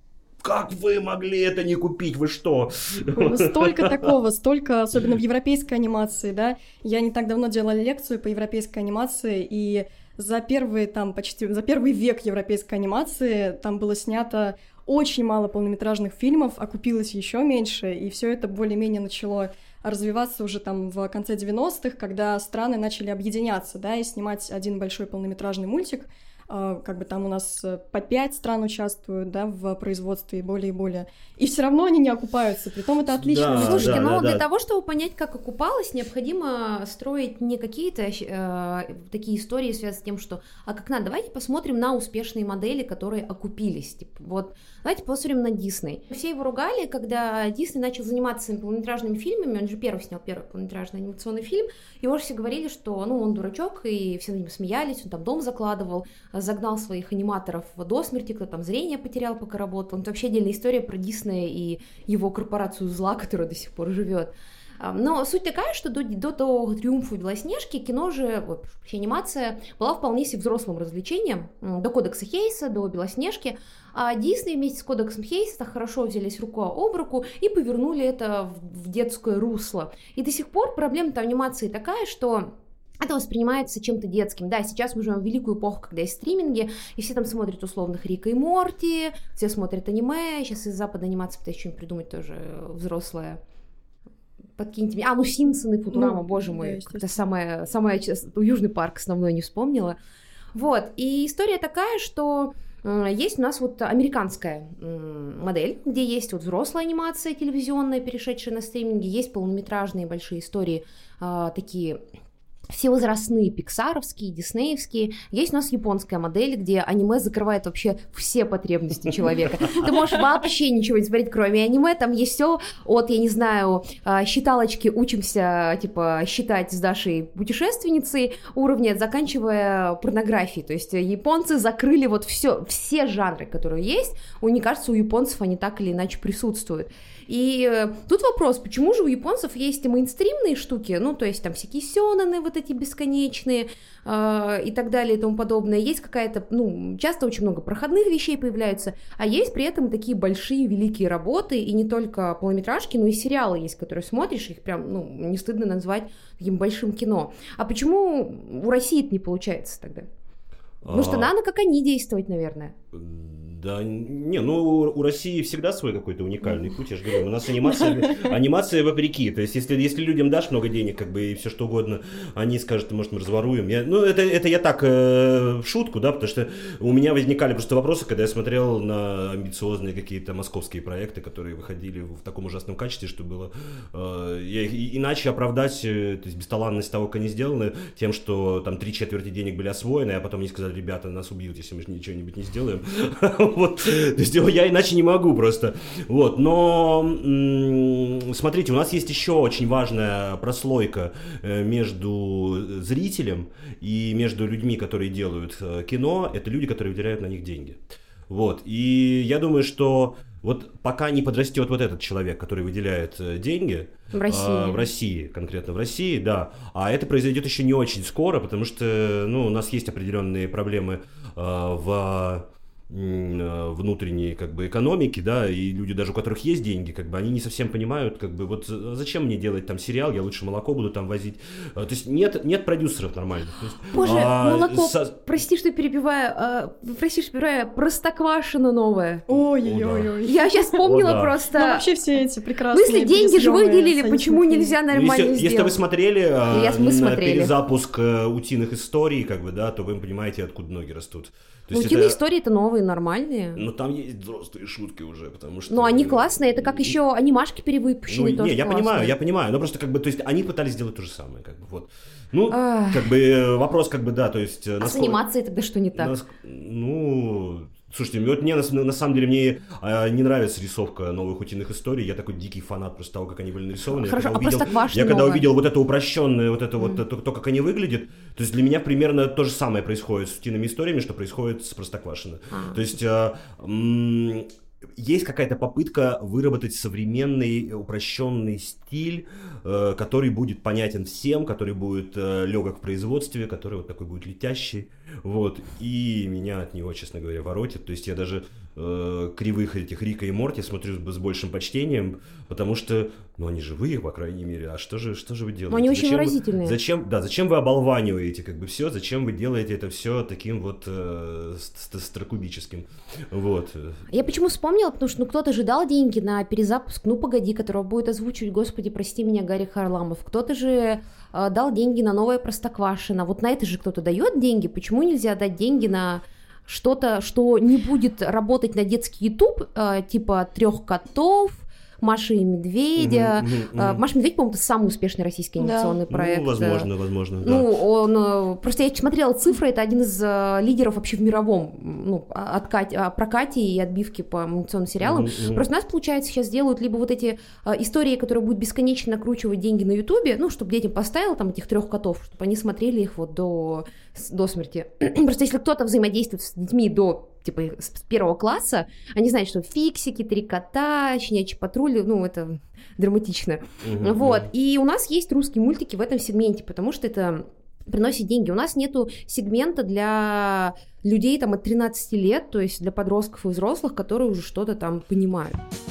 Как вы могли это не купить? Вы что? Столько такого, столько, особенно в европейской анимации, да. Я не так давно делала лекцию по европейской анимации, и за первый, там, почти, за первый век европейской анимации там было снято очень мало полнометражных фильмов, окупилось еще меньше, и все это более-менее начало развиваться уже там в конце девяностых, когда страны начали объединяться, да, и снимать один большой полнометражный мультик. Как бы там у нас по пять стран участвуют, да, в производстве, и более и более. И все равно они не окупаются, притом это отлично. Да, Слушайте, да, но да, для да. того, чтобы понять, как окупалось, необходимо строить не какие-то э, такие истории, связанные с тем, что, а как надо, давайте посмотрим на успешные модели, которые окупились. Типа, вот, давайте посмотрим на Дисней. Все его ругали, когда Дисней начал заниматься полнометражными фильмами, он же первый снял первый полнометражный анимационный фильм, его же все говорили, что, ну, он дурачок, и все над ним смеялись, он там дом закладывал, загнал своих аниматоров до смерти, кто там зрение потерял, пока работал. Это вообще отдельная история про Диснея и его корпорацию зла, которая до сих пор живет. Но суть такая, что до, до того триумфа Белоснежки кино же, вообще анимация была вполне себе взрослым развлечением, до Кодекса Хейса, до Белоснежки, а Дисней вместе с Кодексом Хейса так хорошо взялись рука об руку и повернули это в, в детское русло. И до сих пор проблема-то анимации такая, что это воспринимается чем-то детским. Да, сейчас мы живем в великую эпоху, когда есть стриминги, и все там смотрят условных Рика и Морти, все смотрят аниме, сейчас из западной анимации пытаюсь что-нибудь придумать тоже взрослое. Подкиньте мне. А, ну Симпсоны, Футурама, ну, боже мой, да, это самое, самое... Южный парк основной не вспомнила. Вот, и история такая, что есть у нас вот американская модель, где есть вот взрослая анимация телевизионная, перешедшая на стриминги, есть полнометражные большие истории, такие... все возрастные, пиксаровские, диснеевские. Есть у нас японская модель, где аниме закрывает вообще все потребности человека. Ты можешь вообще ничего не смотреть, кроме аниме. Там есть все от, я не знаю, считалочки, учимся, типа, считать с Дашей путешественницей уровня, заканчивая порнографией. То есть японцы закрыли вот все, все жанры, которые есть. Мне кажется, у японцев они так или иначе присутствуют. И э, тут вопрос, почему же у японцев есть и мейнстримные штуки, ну, то есть там всякие сёнэны вот эти бесконечные э, и так далее и тому подобное, есть какая-то, ну, часто очень много проходных вещей появляются, а есть при этом такие большие великие работы, и не только полнометражки, но и сериалы есть, которые смотришь, их прям, ну, не стыдно назвать таким большим кино. А почему у России это не получается тогда? Потому что надо, как они, действовать, наверное. Да, не, ну у России всегда свой какой-то уникальный путь, я же говорю, у нас анимация, анимация вопреки, то есть если, если людям дашь много денег, как бы, и все что угодно, они скажут, может, мы разворуем. Я, ну, это, это я так, э, в шутку, да, потому что у меня возникали просто вопросы, когда я смотрел на амбициозные какие-то московские проекты, которые выходили в таком ужасном качестве, что было, э, я их, иначе оправдать, э, то есть бесталанность того, как они сделаны, тем, что там три четверти денег были освоены, а потом они сказали, ребята, нас убьют, если мы ничего-нибудь не сделаем. Вот, то есть я иначе не могу просто. Вот, но м- смотрите, у нас есть еще очень важная прослойка между зрителем и между людьми, которые делают кино. Это люди, которые выделяют на них деньги. Вот, и я думаю, что вот пока не подрастет вот этот человек, который выделяет деньги в России, э, в России, конкретно в России, да, а это произойдет еще не очень скоро, потому что, ну, у нас есть определенные проблемы э, в внутренней как бы экономики, да, и люди даже, у которых есть деньги, как бы они не совсем понимают, как бы вот зачем мне делать там сериал, я лучше молоко буду там возить. То есть нет, нет продюсеров нормальных. То есть, Боже, а, молоко, со... прости, что перебиваю, а, прости, что перебиваю, Простоквашино новое. Ой-ой-ой. Я сейчас вспомнила О, да. просто... Ну, вообще все эти прекрасные... Ну, если деньги же выделили, с почему Анисимовым. нельзя Ну, нормально если, сделать? если вы смотрели Я- мы на смотрели. перезапуск э, утиных историй, как бы, да, то вы понимаете, откуда ноги растут. То Ну, есть утиные это- истории-то новые, нормальные. Но там есть взрослые шутки уже, потому что... Но они классные, это как еще анимашки перевыпущенные, Ну, тоже не, я классные. понимаю, я понимаю, но просто как бы, то есть они пытались сделать то же самое, как бы, вот. Ну, Ах. как бы э, вопрос, как бы, да, то есть... А с анимацией тогда что не так? Ну, слушайте, вот мне на, на самом деле мне а, не нравится рисовка новых утиных историй, я такой дикий фанат просто того, как они были нарисованы. Хорошо, я а когда увидел, Простоквашино я когда новое? увидел вот это упрощенное, вот это Mm. вот, то, то, как они выглядят, то есть для меня примерно то же самое происходит с утиными историями, что происходит с Простоквашино. А. То есть... А, м- есть какая-то попытка выработать современный упрощенный стиль, э, который будет понятен всем, который будет э, легок в производстве, который вот такой будет летящий, вот, и меня от него, честно говоря, воротит, то есть я даже э, кривых этих Рика и Морти смотрю с, с большим почтением, потому что, ну, они живые, по крайней мере, а что же, что же вы делаете? Но они очень Зачем вы- выразительные. Зачем, да, зачем вы оболваниваете как бы все, зачем вы делаете это все таким вот э, ст- старокубическим, вот. Я почему вспомнила, потому что ну кто-то же дал деньги на перезапуск «Ну погоди», которого будет озвучивать, господи, прости меня, Гарри Харламов. Кто-то же э, дал деньги на новое Простоквашино. Вот на это же кто-то дает деньги. Почему нельзя дать деньги на что-то, что не будет работать на детский YouTube, э, типа «Трех котов», Маша и Медведя. Мгм, мгм, Э, мгм. Маша и Медведь, по-моему, это самый успешный российский Да. анимационный проект. Ну, возможно, возможно, да. Ну, он, э, просто я смотрела цифры, это один из э, лидеров вообще в мировом м, ну, откат, а, прокате и отбивке по анимационным сериалам. Мгм, мгм. Просто у нас, получается, сейчас делают либо вот эти э, истории, которые будут бесконечно накручивать деньги на Ютубе, ну, чтобы детям поставил там этих трех котов, чтобы они смотрели их вот до, с- до смерти. Просто если кто-то взаимодействует с детьми до типа с первого класса, они знают, что фиксики, три кота, щенячий патруль, ну, это драматично. Мгм, Вот. мгм. И у нас есть русские мультики в этом сегменте, потому что это приносит деньги. У нас нету сегмента для людей там от тринадцати лет, то есть для подростков и взрослых, которые уже что-то там понимают.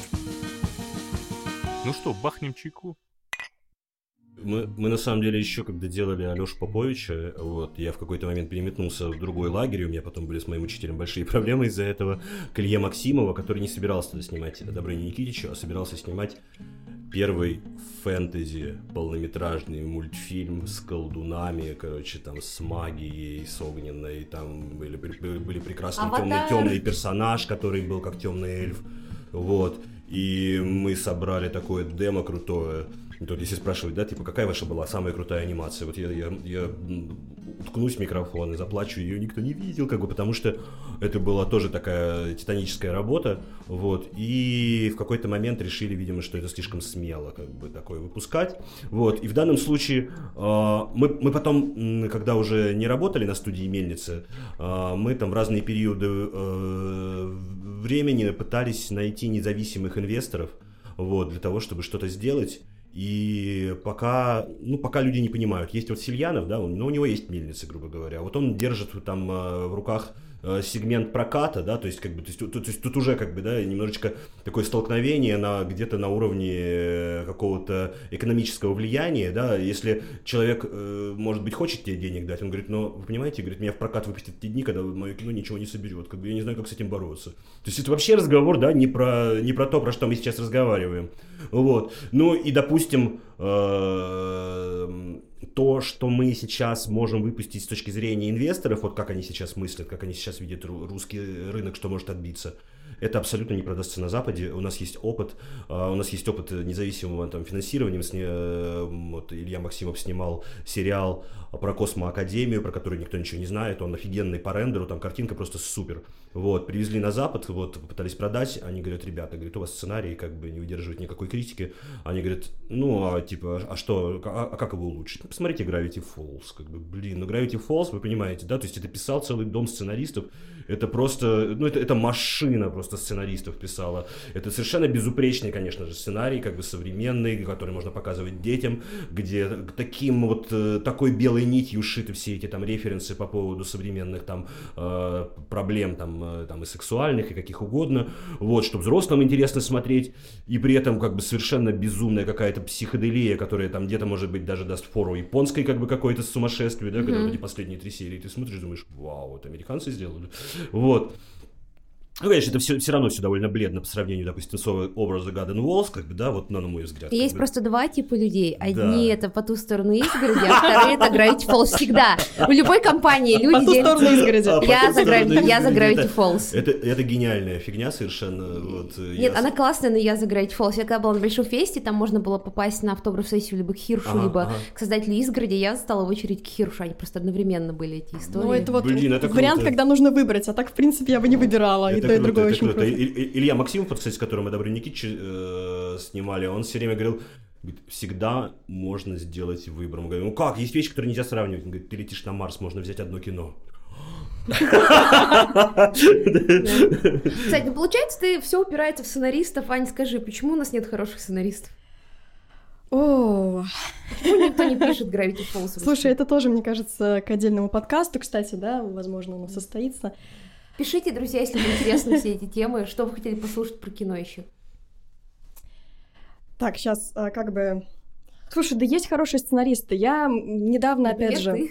Ну что, бахнем чайку? Мы, мы на самом деле еще когда делали Алешу Поповича, вот, я в какой-то момент переметнулся в другой лагерь, у меня потом были с моим учителем большие проблемы из-за этого, к Илье Максимова, который не собирался тогда снимать Добрыню Никитичу, а собирался снимать первый фэнтези полнометражный мультфильм с колдунами, короче, там с магией, с огненной, там были, были, были прекрасные темный, Аватар. темный персонаж, который был как темный эльф, вот, и мы собрали такое демо крутое. И тут если спрашивать, да, типа, какая ваша была самая крутая анимация, вот я, я, я м, уткнусь в микрофон и заплачу, ее никто не видел, как бы, потому что это была тоже такая титаническая работа, вот, и в какой-то момент решили, видимо, что это слишком смело, как бы, такое выпускать, вот, и в данном случае э, мы, мы потом, м, когда уже не работали на студии Мельницы, э, мы там в разные периоды э, времени пытались найти независимых инвесторов, вот, для того, чтобы что-то сделать. И пока, ну, пока люди не понимают, есть вот Сильянов, да, он, ну, у него есть Мельница, грубо говоря, вот он держит там э, в руках э, сегмент проката, да, то есть, как бы, то есть, то, то есть тут уже, как бы, да, немножечко такое столкновение на, где-то на уровне э, какого-то экономического влияния, да, если человек, э, может быть, хочет тебе денег дать, он говорит, но, вы понимаете, говорит, меня в прокат выпустят в те дни, когда мое кино ничего не соберет, как бы, я не знаю, как с этим бороться. То есть это вообще разговор, да, не про, не про то, про что мы сейчас разговариваем. Вот. Ну и, допустим, э, то, что мы сейчас можем выпустить с точки зрения инвесторов, вот как они сейчас мыслят, как они сейчас видят ру- русский рынок, что может отбиться, это абсолютно не продастся на Западе. У нас есть опыт, э, у нас есть опыт независимого там, финансирования. Сни, э, вот Илья Максимов снимал сериал про Космоакадемию, про который никто ничего не знает. Он офигенный по рендеру, там картинка просто супер. Вот, привезли на Запад, вот, попытались продать. Они говорят, ребята, говорят, у вас сценарий как бы не выдерживает никакой критики. Они говорят, ну, а типа, а что, а, а как его улучшить? Посмотрите Gravity Falls, как бы, блин, ну Gravity Falls, вы понимаете, да, то есть это писал целый дом сценаристов. Это просто, ну, это, это машина просто сценаристов писала. Это совершенно безупречный, конечно же, сценарий, как бы современный, который можно показывать детям, где таким вот, такой белой нитью шиты все эти там референсы по поводу современных там э, проблем там, там и сексуальных, и каких угодно, вот, что взрослым интересно смотреть, и при этом как бы совершенно безумная какая-то психоделия, которая там где-то, может быть, даже даст фору японской как бы какое-то сумасшествие, да, mm-hmm. когда вот эти последние три серии ты смотришь и думаешь, вау, вот американцы сделали, вот. Ну, конечно, это все, все равно все довольно бледно по сравнению, допустим, с образом Garden Walls, как бы, да, вот, ну, на мой взгляд. Есть бы. просто два типа людей. Одни да. это по ту сторону изгороди, а вторые это Gravity Falls всегда. В любой компании люди по ту сторону изгороди. А, я, за Gravity, я за Gravity это, Falls. Это, это гениальная фигня совершенно. Вот, Нет, я... она классная, но я за Gravity Falls. Я когда была на Большом фесте, там можно было попасть на автограф-сессию либо к Хиршу, ага, либо ага. к создателю изгороди. Я стала в очередь к Хиршу, они просто одновременно были эти истории. Ну, это вот Блин, это вариант, круто. когда нужно выбрать, а так, в принципе, я бы не выбирала. Это и то, круто, и другое это очень круто. круто. И, и, Илья Максимов, кстати, с которым мы «Добрый Никитич» э, снимали, он все время говорил, говорит, всегда можно сделать выбор. Мы говорим, ну как, есть вещи, которые нельзя сравнивать. Он говорит, ты летишь на Марс, можно взять одно кино. Кстати, ну получается, ты все упирается в сценаристов. Ань, скажи, почему у нас нет хороших сценаристов? О, почему никто не пишет Gravity Falls? Слушай, это тоже, мне кажется, к отдельному подкасту, кстати, да, возможно, он состоится. Пишите, друзья, если вам интересны все эти темы, что вы хотели послушать про кино еще. Так, сейчас как бы... Слушай, да есть хорошие сценаристы. Я недавно, Например, опять же... ты?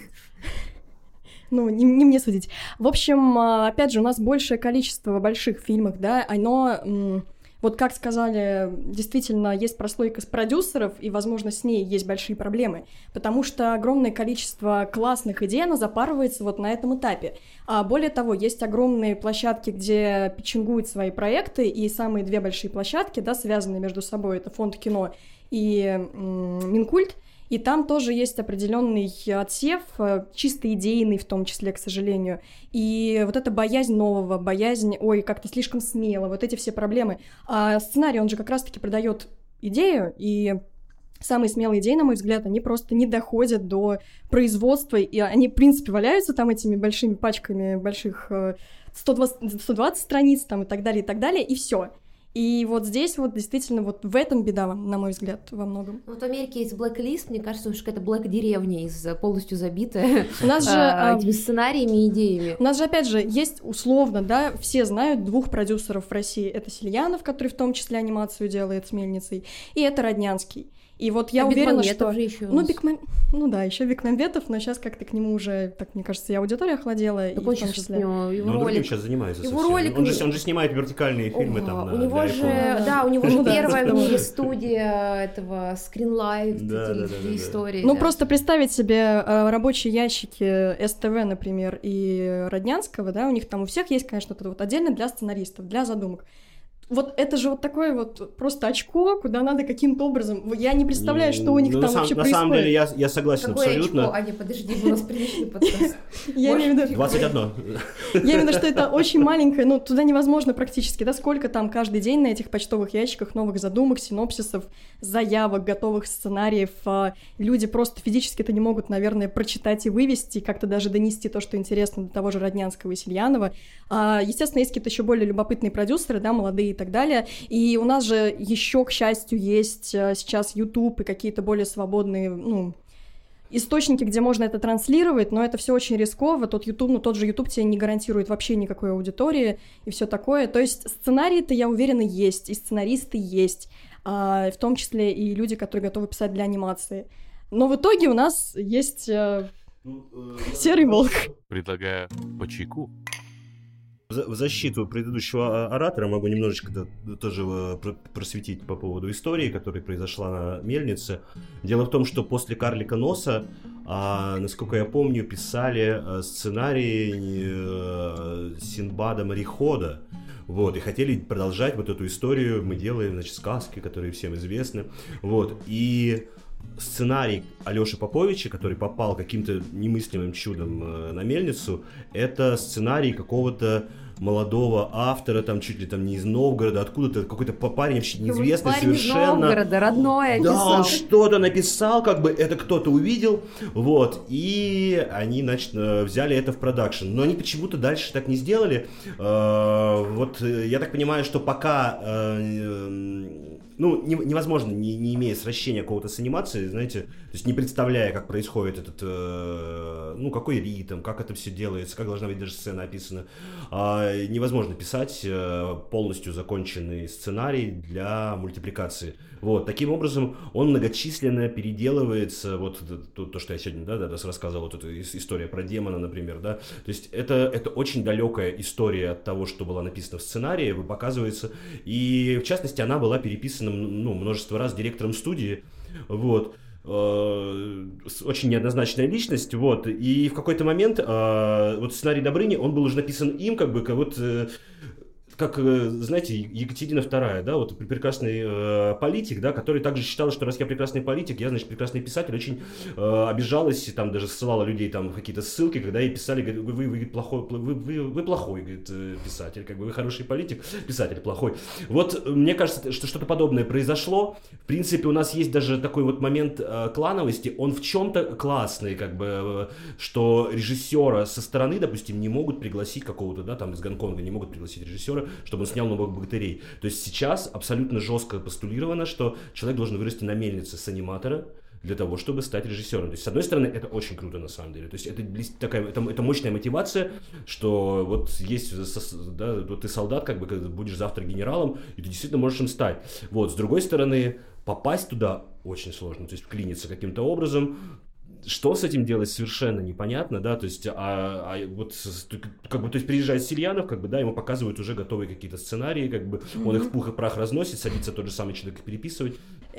Ну, не, не мне судить. В общем, опять же, у нас большее количество больших фильмов, да, оно... Вот как сказали, действительно есть прослойка с продюсеров, и, возможно, с ней есть большие проблемы, потому что огромное количество классных идей, оно запарывается вот на этом этапе. А более того, есть огромные площадки, где питчингуют свои проекты, и самые две большие площадки, да, связанные между собой, это Фонд кино и м- Минкульт, и там тоже есть определенный отсев, чисто идейный в том числе, к сожалению. И вот эта боязнь нового, боязнь, ой, как-то слишком смело, вот эти все проблемы. А сценарий, он же как раз-таки продает идею, и самые смелые идеи, на мой взгляд, они просто не доходят до производства, и они, в принципе, валяются там этими большими пачками больших сто двадцать, сто двадцать страниц там, и так далее, и так далее, и все. И вот здесь вот действительно вот в этом беда, на мой взгляд, во многом. Вот в Америке есть Blacklist, мне кажется, что какая-то блэк-деревня из полностью забитая у нас же, этими сценариями и идеями. У нас же, опять же, есть условно, да, все знают двух продюсеров в России. Это Сельянов, который в том числе анимацию делает с «Мельницей», и это Роднянский. И вот я а уверена, что... Же еще ну, Бекмам... ну да, еще Бекмамбетов, но сейчас как-то к нему уже, так мне кажется, и аудитория охладела. Так и он в том сейчас числе... его, его но он ролик... сейчас занимается его совсем. ролик... Он, же, он же снимает вертикальные фильмы О, там у на, него для же, iPhone. да, у него же Ну да, первая в да. мире студия этого Screenlight, Да, эти да, да, да, истории. Ну, да. просто представить себе э, рабочие ящики СТВ, например, и Роднянского, да, у них там у всех есть, конечно, это вот отдельно для сценаристов, для задумок. Вот это же вот такое вот просто очко, куда надо каким-то образом... Я не представляю, что у них ну, там на вообще сам, происходит. На самом деле, я, я согласен Какое абсолютно. очко? Аня, подожди, у нас приличный подкаст. Я имею в виду... двадцать один. Я имею в виду, что это очень маленькое, ну, туда невозможно практически, да, сколько там каждый день на этих почтовых ящиках новых задумок, синопсисов, заявок, готовых сценариев. Люди просто физически это не могут, наверное, прочитать и вывести, как-то даже донести то, что интересно до того же Роднянского и Сельянова. Естественно, есть какие-то еще более любопытные продюсеры, да, молодые и так далее. И у нас же еще, к счастью, есть сейчас YouTube и какие-то более свободные, ну, источники, где можно это транслировать, но это все очень рисково. Тот YouTube, ну, тот же YouTube тебе не гарантирует вообще никакой аудитории и все такое. То есть сценарии-то, я уверена, есть, и сценаристы есть, а, в том числе и люди, которые готовы писать для анимации. Но в итоге у нас есть э, серый волк. Предлагаю по чайку. В защиту предыдущего оратора могу немножечко тоже просветить по поводу истории, которая произошла на Мельнице. Дело в том, что после «Карлика носа», насколько я помню, писали сценарий Синдбада-морехода. Вот, и хотели продолжать вот эту историю. Мы делаем, значит, сказки, которые всем известны. Вот, и сценарий Алёши Поповича, который попал каким-то немыслимым чудом на Мельницу, это сценарий какого-то молодого автора, там чуть ли там не из Новгорода, откуда-то какой-то парень вообще неизвестный парень совершенно. Из Новгорода, родной Да, описал. он что-то написал, как бы это кто-то увидел, вот, и они, значит, взяли это в продакшн. Но они почему-то дальше так не сделали. Вот, я так понимаю, что пока... Ну, невозможно, не, не имея сращения какого-то с анимацией, знаете, то есть не представляя, как происходит этот, э, ну, какой ритм, как это все делается, как должна быть даже сцена описана, э, невозможно писать э, полностью законченный сценарий для мультипликации. Вот, таким образом, он многочисленно переделывается, вот то, то что я сегодня, да, да, рассказывал, вот эта история про демона, например, да, то есть это, это очень далекая история от того, что была написана в сценарии, показывается, и, в частности, она была переписана, ну, множество раз директором студии, вот, очень неоднозначная личность, вот, и в какой-то момент вот сценарий Добрыни, он был уже написан им, как бы, как вот... Как, знаете, Екатерина вторая, да, вот прекрасный э, политик, да, который также считал, что раз я прекрасный политик, я, значит, прекрасный писатель, очень э, обижалась и там даже ссылала людей там в какие-то ссылки, когда ей писали, говорит, вы, вы, вы, плохой, вы, вы, вы плохой, говорит, писатель, как бы вы хороший политик, писатель плохой. Вот мне кажется, что что-то подобное произошло. В принципе, у нас есть даже такой вот момент э, клановости, он в чем-то классный, как бы, э, что режиссера со стороны, допустим, не могут пригласить какого-то, да, там из Гонконга не могут пригласить режиссера, чтобы он снял «Новых богатырей». То есть сейчас абсолютно жестко постулировано, что человек должен вырасти на мельнице с аниматора для того, чтобы стать режиссером. То есть, с одной стороны, это очень круто на самом деле. То есть, это такая, это, это мощная мотивация, что вот есть, да, вот ты солдат, как бы, когда будешь завтра генералом, и ты действительно можешь им стать. Вот, с другой стороны, попасть туда очень сложно, то есть, вклиниться каким-то образом. Что с этим делать, совершенно непонятно, да, то есть, а, а вот, как бы, то есть, приезжает Сельянов, как бы, да, ему показывают уже готовые какие-то сценарии, как бы, mm-hmm. он их в пух и прах разносит, садится тот же самый человек их переписывать.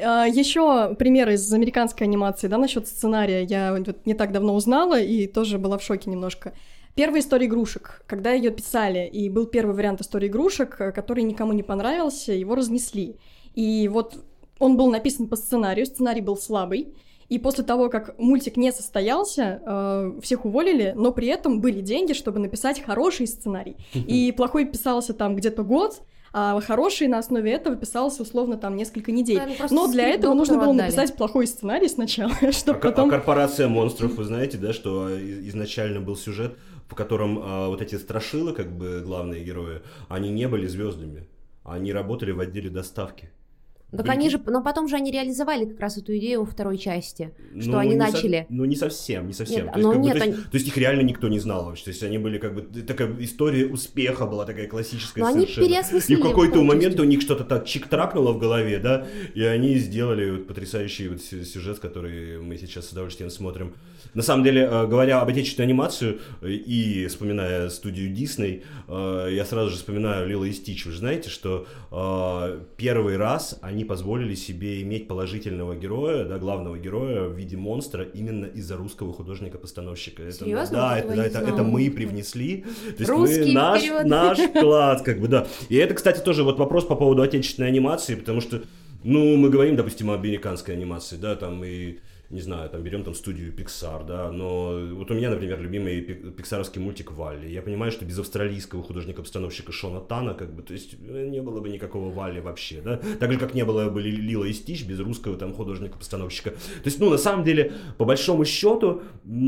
Еще примеры из американской анимации, да, насчет сценария, я вот не так давно узнала и тоже была в шоке немножко. Первая история игрушек, когда ее писали, и был первый вариант истории игрушек, который никому не понравился, его разнесли, и вот он был написан по сценарию, сценарий был слабый. И после того, как мультик не состоялся, э, всех уволили, но при этом были деньги, чтобы написать хороший сценарий. И плохой писался там где-то год, а хороший на основе этого писался условно там несколько недель. Да, но для этого нужно было отдали. написать плохой сценарий сначала, чтобы а, потом... А «Корпорация монстров», вы знаете, да, что изначально был сюжет, в котором а, вот эти страшилы, как бы главные герои, они не были звездами, они работали в отделе доставки. Так Были... они же, но потом же они реализовали как раз эту идею во второй части, что ну, они не начали. Со... Ну не совсем, не совсем. Нет, то, есть, как нет, бы, то, они... есть, то есть их реально никто не знал вообще. То есть они были как бы такая история успеха была такая классическая но совершенно. Они переосмыслили и в какой-то момент частью. у них что-то так чик-тракнуло в голове, да, и они сделали вот потрясающий вот сюжет, который мы сейчас с удовольствием смотрим. На самом деле, говоря об отечественной анимации и вспоминая студию Disney, я сразу же вспоминаю Лило и Стич. Вы же знаете, что первый раз они позволили себе иметь положительного героя, да, главного героя в виде монстра именно из-за русского художника-постановщика. Серьезно? Да, это, да, это, это мы привнесли. То есть Русский мы, наш, вперед. наш вклад, как бы, да. И это, кстати, тоже вот вопрос по поводу отечественной анимации, потому что, ну, мы говорим, допустим, об американской анимации, да, там и не знаю, там берем там студию Pixar, да, но вот у меня, например, любимый пиксаровский мультик «Валли». Я понимаю, что без австралийского художника-постановщика Шона Тана, как бы, то есть не было бы никакого «Валли» вообще, да, так же, как не было бы Лило и Стич без русского там художника-постановщика. То есть, ну, на самом деле, по большому счету,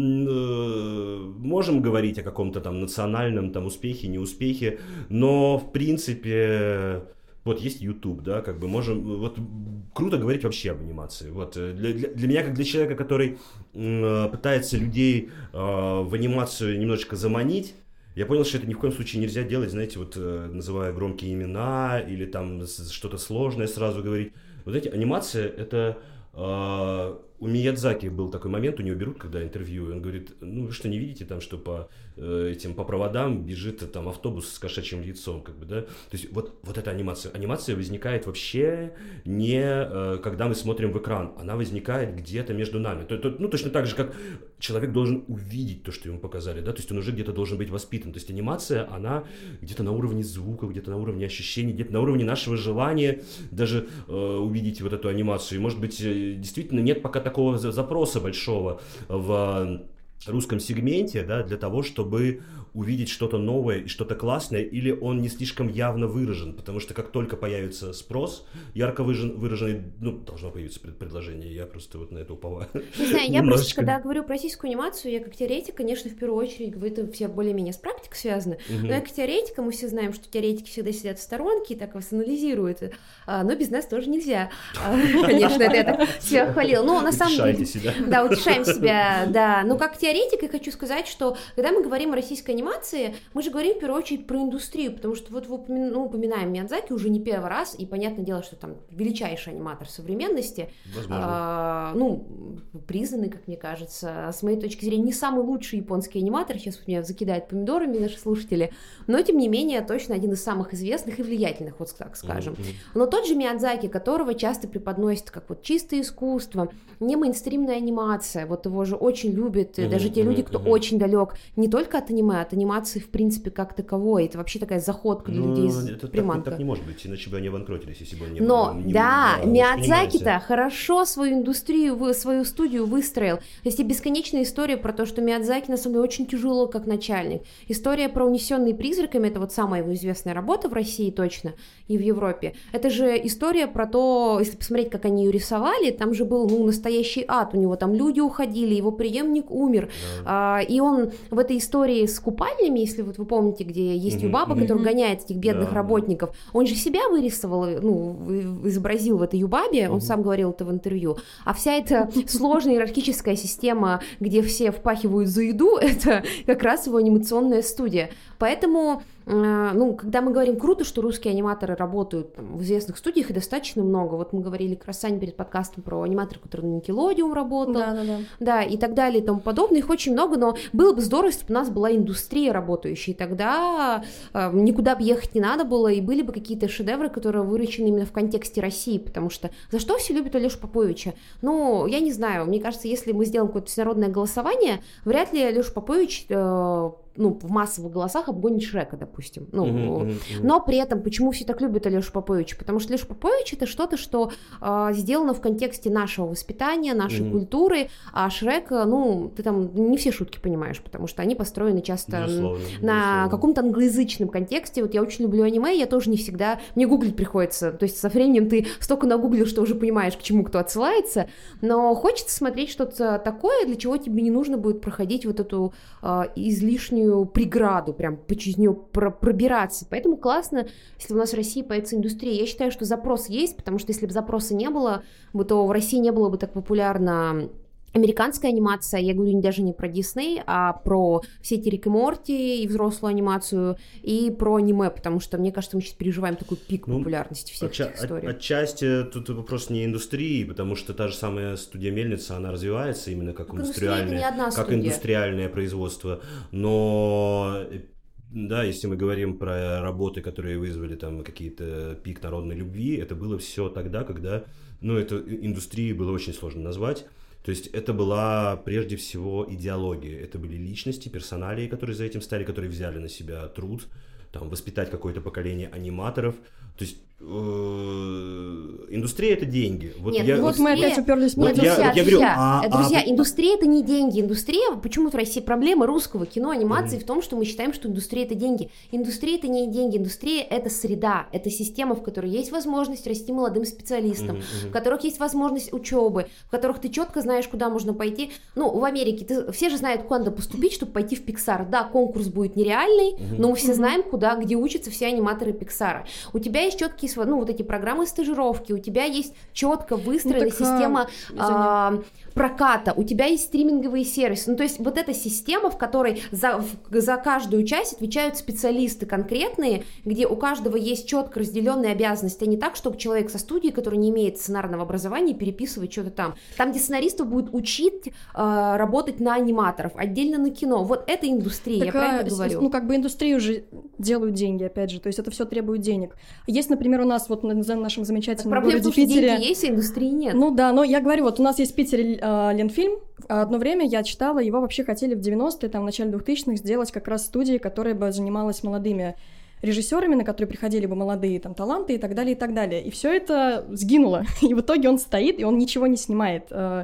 можем говорить о каком-то там национальном там успехе, неуспехе, но, в принципе... Вот есть YouTube, да, как бы можем, вот круто говорить вообще об анимации. Вот для, для, для меня, как для человека, который э, пытается людей э, в анимацию немножечко заманить, я понял, что это ни в коем случае нельзя делать, знаете, вот э, называя громкие имена или там что-то сложное сразу говорить. Вот эти анимация, это э, у Миядзаки был такой момент, у него берут, когда интервью, и он говорит, ну вы что, не видите там, что по э, этим, по проводам бежит там автобус с кошачьим лицом, как бы, да? То есть вот, вот эта анимация. Анимация возникает вообще не э, когда мы смотрим в экран, она возникает где-то между нами. То, то, ну точно так же, как человек должен увидеть то, что ему показали, да? То есть он уже где-то должен быть воспитан. То есть анимация, она где-то на уровне звука, где-то на уровне ощущений, где-то на уровне нашего желания даже э, увидеть вот эту анимацию. И может быть, действительно нет пока такого запроса большого в русском сегменте, да, для того, чтобы увидеть что-то новое и что-то классное, или он не слишком явно выражен, потому что как только появится спрос, ярко выражен, выраженный, ну, должно появиться пред- предложение, я просто вот на это уповаю. Не знаю, я просто, когда говорю про российскую анимацию, я как теоретик, конечно, в первую очередь, это все более-менее с практикой связано, угу. но я как теоретик, мы все знаем, что теоретики всегда сидят в сторонке и так вас анализируют, но без нас тоже нельзя. Конечно, это я так себя хвалила. Но на самом деле... себя. Да, утешаем себя, да. Но как теоретик я хочу сказать, что когда мы говорим о российской анимации, мы же говорим в первую очередь про индустрию, потому что вот мы ну, упоминаем Миядзаки уже не первый раз, и понятное дело, что там величайший аниматор современности, а, ну, признанный, как мне кажется, с моей точки зрения, не самый лучший японский аниматор, сейчас меня закидают помидорами наши слушатели, но тем не менее точно один из самых известных и влиятельных, вот так скажем. Mm-hmm. Но тот же Миядзаки, которого часто преподносят как вот чистое искусство, не мейнстримная анимация, вот его же очень любят, mm-hmm. даже те люди, кто mm-hmm. очень далек не только от аниме, от анимации в принципе как таковой, это вообще такая заходка для ну, людей из приманка. Так, так не может быть, иначе бы они обанкротились, если бы они... Но, не, да, не, Миядзаки-то хорошо свою индустрию, свою студию выстроил. То есть и бесконечная история про то, что Миядзаки на самом деле очень тяжело как начальник. История про «Унесенные призраками», это вот самая его известная работа в России точно и в Европе. Это же история про то, если посмотреть, как они ее рисовали, там же был ну, настоящий ад, у него там люди уходили, его преемник умер, да. а, и он в этой истории с купальнями, если вот вы помните, где есть mm-hmm. Юбаба, mm-hmm. который гоняет этих бедных да, работников, он же себя вырисовал, ну, изобразил в этой Юбабе, mm-hmm. он сам говорил это в интервью, а вся эта сложная иерархическая система, где все впахивают за еду, это как раз его анимационная студия. Поэтому, ну, когда мы говорим круто, что русские аниматоры работают там, в известных студиях, и достаточно много. Вот мы говорили как раз Сань перед подкастом про аниматора, который на Nickelodeon работал, да, да, да. да, и так далее и тому подобное. Их очень много, но было бы здорово, если бы у нас была индустрия работающая, и тогда э, никуда бы ехать не надо было, и были бы какие-то шедевры, которые выращены именно в контексте России, потому что за что все любят Алёшу Поповича? Ну, я не знаю, мне кажется, если мы сделаем какое-то всенародное голосование, вряд ли Алёша Попович... Э, ну, в массовых голосах обгонит Шрека, допустим. Ну, uh-huh, uh-huh. Но при этом, почему все так любят Алёшу Поповича? Потому что Алёша Попович — это что-то, что э, сделано в контексте нашего воспитания, нашей uh-huh. культуры, а Шрека, ну, ты там не все шутки понимаешь, потому что они построены часто безусловно, на безусловно. Каком-то англоязычном контексте. Вот я очень люблю аниме, я тоже не всегда... Мне гуглить приходится, то есть со временем ты столько нагуглил, что уже понимаешь, к чему кто отсылается, но хочется смотреть что-то такое, для чего тебе не нужно будет проходить вот эту э, излишнюю преграду, прям через нее пробираться. Поэтому классно, если у нас в России появится индустрия. Я считаю, что запрос есть, потому что если бы запроса не было, то в России не было бы так популярна американская анимация, я говорю даже не про Дисней, а про все эти Рик и Морти и взрослую анимацию, и про аниме, потому что, мне кажется, мы сейчас переживаем такой пик ну, популярности всех отча- этих историй. От, отчасти тут вопрос не индустрии, потому что та же самая студия Мельница, она развивается именно как, как индустриальное, как индустриальное производство, но... Да, если мы говорим про работы, которые вызвали там какие-то пик народной любви, это было все тогда, когда, ну, эту индустрию было очень сложно назвать. То есть это была прежде всего идеология, это были личности, персоналии, которые за этим стали, которые взяли на себя труд, там, воспитать какое-то поколение аниматоров. То есть э, индустрия — это деньги. Вот, Нет, я, вот мы опять уперлись в вот друзья, я, друзья, говорю, а, друзья а... индустрия — это не деньги. Индустрия, почему в России проблема русского кино, анимации mm-hmm. в том, что мы считаем, что индустрия — это деньги. Индустрия — это не деньги, индустрия — это среда, это система, в которой есть возможность расти молодым специалистам, mm-hmm. в которых есть возможность учебы, в которых ты четко знаешь, куда можно пойти. Ну, в Америке ты, все же знают, куда надо поступить, чтобы пойти в Pixar. Да, конкурс будет нереальный, mm-hmm. но мы все знаем, куда, где учатся все аниматоры Pixar. У тебя есть четкие, ну, вот эти программы стажировки, у тебя есть четко выстроена ну, так, система а, проката, у тебя есть стриминговые сервисы. Ну, то есть вот эта система, в которой за, в, за каждую часть отвечают специалисты конкретные, где у каждого есть четко разделенные обязанности, а не так, что человек со студии, который не имеет сценарного образования, переписывает что-то там. Там, где сценаристов будет учить а, работать на аниматоров, отдельно на кино. Вот это индустрия, так, я про это говорю. Ну, как бы индустрию же делают деньги, опять же, то есть это все требует денег. Есть, например, у нас вот на нашем замечательном так, городе в Питере... Деньги есть, а индустрии нет. Ну да, но я говорю, вот у нас есть в Питере э, Ленфильм. Одно время я читала, его вообще хотели в девяностые, там, в начале двухтысячных сделать как раз студии, которая бы занималась молодыми режиссерами, на которые приходили бы молодые там таланты и так далее, и так далее. И все это сгинуло. И в итоге он стоит, и он ничего не снимает.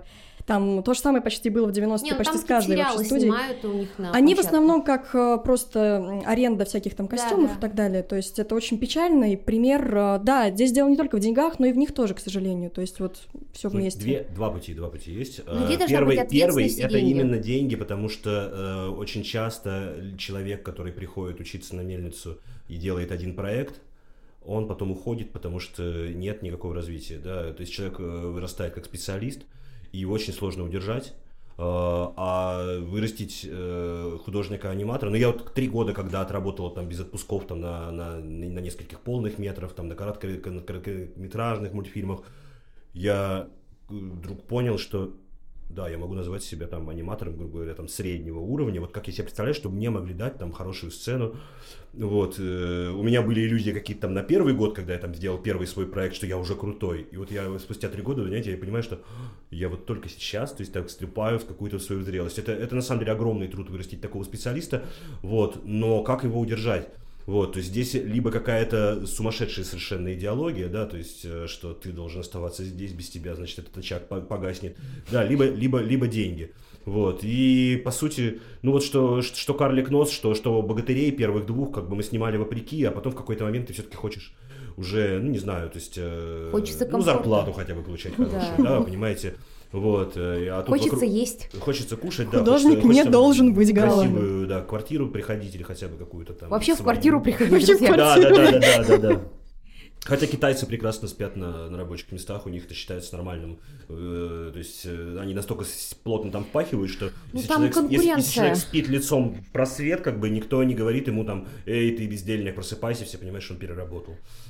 Там то же самое почти было в девяностые, Не, ну, почти с каждой вообще студией. Снимают у них на Они площадке. в основном как э, просто аренда всяких там костюмов, Да, да. и так далее. То есть это очень печальный пример. э, Да, здесь дело не только в деньгах, но и в них тоже, к сожалению. То есть вот все Ну, вместе. Две, два пути, два пути есть. Ну, где А, должна Первый, быть первый ответственность и это деньги? именно деньги, потому что э, очень часто человек, который приходит учиться на мельницу и делает один проект, он потом уходит, потому что нет никакого развития. Да? То есть человек э, вырастает как специалист, и его очень сложно удержать. А вырастить э, художника-аниматора, ну я вот три года, когда отработал там без отпусков там на, на, на нескольких полных метров, там на короткометражных мультфильмах, я вдруг понял, что да, я могу назвать себя там аниматором, грубо говоря, там среднего уровня, вот как я себе представляю, чтобы мне могли дать там хорошую сцену, вот, э, у меня были иллюзии какие-то там на первый год, когда я там сделал первый свой проект, что я уже крутой, и вот я спустя три года, знаете, я понимаю, что я вот только сейчас, то есть так вступаю в какую-то свою зрелость, это, это на самом деле огромный труд вырастить такого специалиста, вот, но как его удержать? Вот, то есть здесь либо какая-то сумасшедшая совершенно идеология, да, то есть, что ты должен оставаться здесь, без тебя, значит, этот очаг погаснет, да, либо, либо, либо деньги, вот, и, по сути, ну вот что, что «Карлик нос», что, что «Богатырей» первых двух, как бы мы снимали вопреки, а потом в какой-то момент ты все-таки хочешь уже, ну, не знаю, то есть, Хочется ну, зарплату хотя бы получать хорошую, да, понимаете. Вот, а тут хочется вокруг... есть. Хочется кушать, да. Художник хочется, не хочется должен быть голодным. Красивую, да, квартиру приходить или хотя бы какую-то там... Вообще свою... в квартиру приходить, Вообще в друзья. Да, да, да, да, да, да, да. Хотя китайцы прекрасно спят на, на рабочих местах, у них это считается нормальным. Э, то есть э, они настолько плотно там впахивают, что Ну, если, там человек, если, если человек конкуренция. спит лицом в просвет, как бы никто не говорит ему там: эй, ты бездельник, просыпайся, все понимают, что он переработал.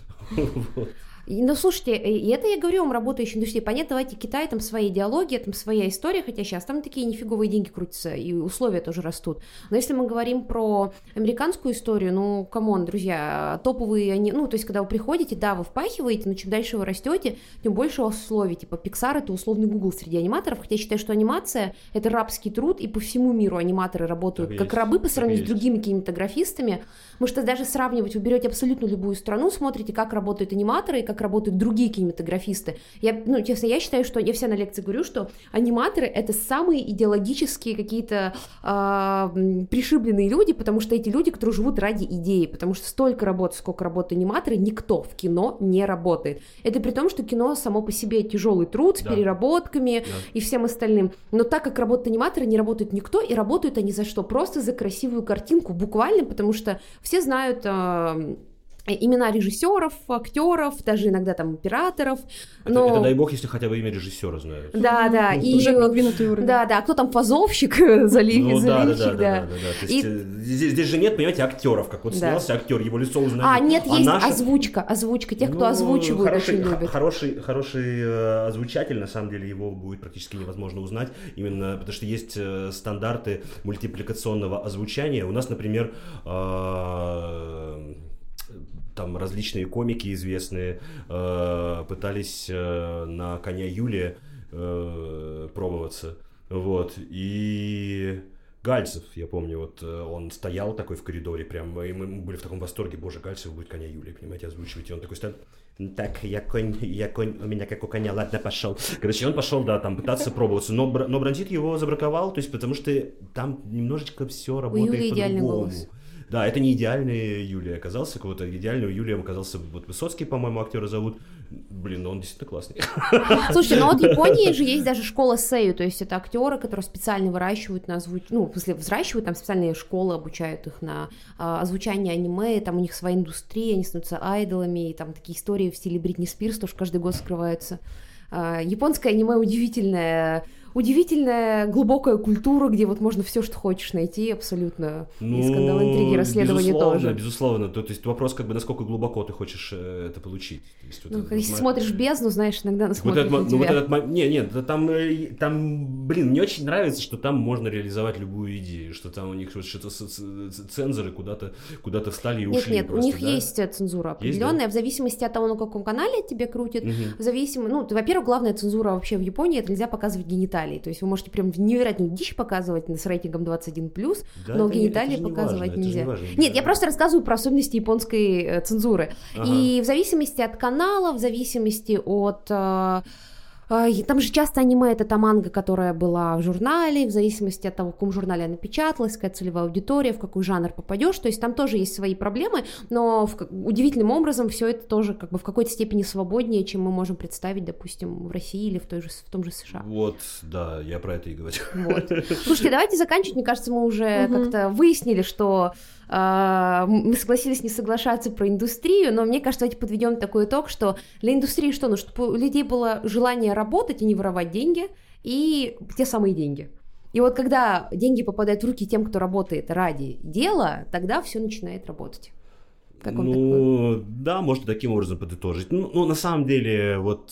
И, ну, слушайте, и это я говорю вам, работающей индустрии. Понятно, давайте Китай, там своя идеология, там своя история, хотя сейчас там такие нифиговые деньги крутятся, и условия тоже растут. Но если мы говорим про американскую историю, ну, камон, друзья, топовые они, ну, то есть, когда вы приходите, да, вы впахиваете, но чем дальше вы растете, тем больше у вас условий. Типа, Pixar — это условный Google среди аниматоров, хотя я считаю, что анимация — это рабский труд, и по всему миру аниматоры работают Так как есть, рабы по так сравнению с есть. другими кинематографистами. Потому что даже сравнивать, вы берете абсолютно любую страну, смотрите, как работают аниматоры и как работают другие кинематографисты. Я, ну, честно, я считаю, что я вся на лекции говорю, что аниматоры — это самые идеологические какие-то э, пришибленные люди, потому что эти люди, которые живут ради идеи, потому что столько работы, сколько работают аниматоры, никто в кино не работает. Это при том, что кино само по себе тяжелый труд с Да. переработками Да. и всем остальным. Но так как работают аниматоры, не работает никто, и работают они за что? Просто за красивую картинку, буквально, потому что все знают э, имена режиссеров, актеров, даже иногда там операторов. Это, Но... это дай бог, если хотя бы имя режиссера знают. Да, да. И... Уже продвинутый уровень. Да, да. Кто там фазовщик, залив... Ну да, да, заливщик, да, да. да, да, да. То есть, И- э, здесь, здесь же нет, понимаете, актеров, как вот Да. снялся актер, его лицо узнали. А, нет, есть наша- озвучка, озвучка. Тех, кто Ну, озвучивают, хороший, очень х- любят. Хороший, хороший э, озвучатель, на самом деле, его будет практически невозможно узнать, именно потому что есть э, стандарты мультипликационного озвучания. У нас, например, э, там различные комики известные э, пытались э, на коня Юлия э, пробоваться, вот, и... Гальцев, я помню, вот э, он стоял такой в коридоре, прям, и мы были в таком восторге: боже, Гальцев будет коня Юлии, понимаете, озвучивать, и он такой стоит: так, я конь, я конь, у меня как у коня, ладно, пошел. Короче, он пошел, да, там пытаться пробоваться, но, Бр- но Бронзит его забраковал, то есть, потому что там немножечко все работает Юлии идеальный по-другому. голос. Да, это не идеальный Юлия оказался, кого-то идеальным Юлием оказался вот Высоцкий, по-моему, актера зовут. Блин, ну он действительно классный. Слушайте, ну вот в Японии же есть даже школа сэйю, то есть это актеры, которые специально выращивают на озвуч... ну, в смысле, взращивают, там специальные школы обучают их на а, озвучание аниме, там у них своя индустрия, они становятся айдолами, и там такие истории в стиле Бритни Спирс тоже каждый год скрываются. А, японское аниме удивительное, удивительная глубокая культура, где вот можно все, что хочешь найти, абсолютно. И скандал, интриги, расследования безусловно, тоже. Безусловно, то, то есть вопрос, как бы, насколько глубоко ты хочешь э, это получить. То есть, вот Ну, этот если вот смотришь бездну, знаешь, иногда она Вот смотрит этот, на мо- ну, тебя. вот этот, мо- не, нет, да там, э, там, блин, мне очень нравится, что там можно реализовать любую идею, что там у них вот что-то с- с- с- цензоры куда-то, куда-то встали и Нет, ушли. нет, у просто, них да? есть э, цензура определенная, в зависимости от того, на каком канале тебе крутят, Мгм. в зависимости, ну, ты, во-первых, главная цензура вообще в Японии, это нельзя показывать гениталии, то есть вы можете прям невероятную дичь показывать с рейтингом двадцать один плюс, Да, но это не- гениталии это же не показывать важно, это же нельзя. не важно, Нет, да. я просто рассказываю про особенности японской э, цензуры. Ага. И в зависимости от канала, в зависимости от... э, Там же часто аниме — это та манга, которая была в журнале, в зависимости от того, в каком журнале она печаталась, какая целевая аудитория, в какой жанр попадешь, то есть там тоже есть свои проблемы, но в, удивительным образом все это тоже как бы в какой-то степени свободнее, чем мы можем представить, допустим, в России или в, той же, в том же США. Вот, да, я про это и говорю. Вот. Слушайте, давайте заканчивать, мне кажется, мы уже угу. как-то выяснили, что Uh, мы согласились не соглашаться про индустрию, но мне кажется, давайте подведем такой итог, что для индустрии что? Ну, чтобы у людей было желание работать и не воровать деньги, и те самые деньги. И вот когда деньги попадают в руки тем, кто работает ради дела, тогда все начинает работать. Как он ну, такой? Да, можно таким образом подытожить. Ну, ну, на самом деле, вот,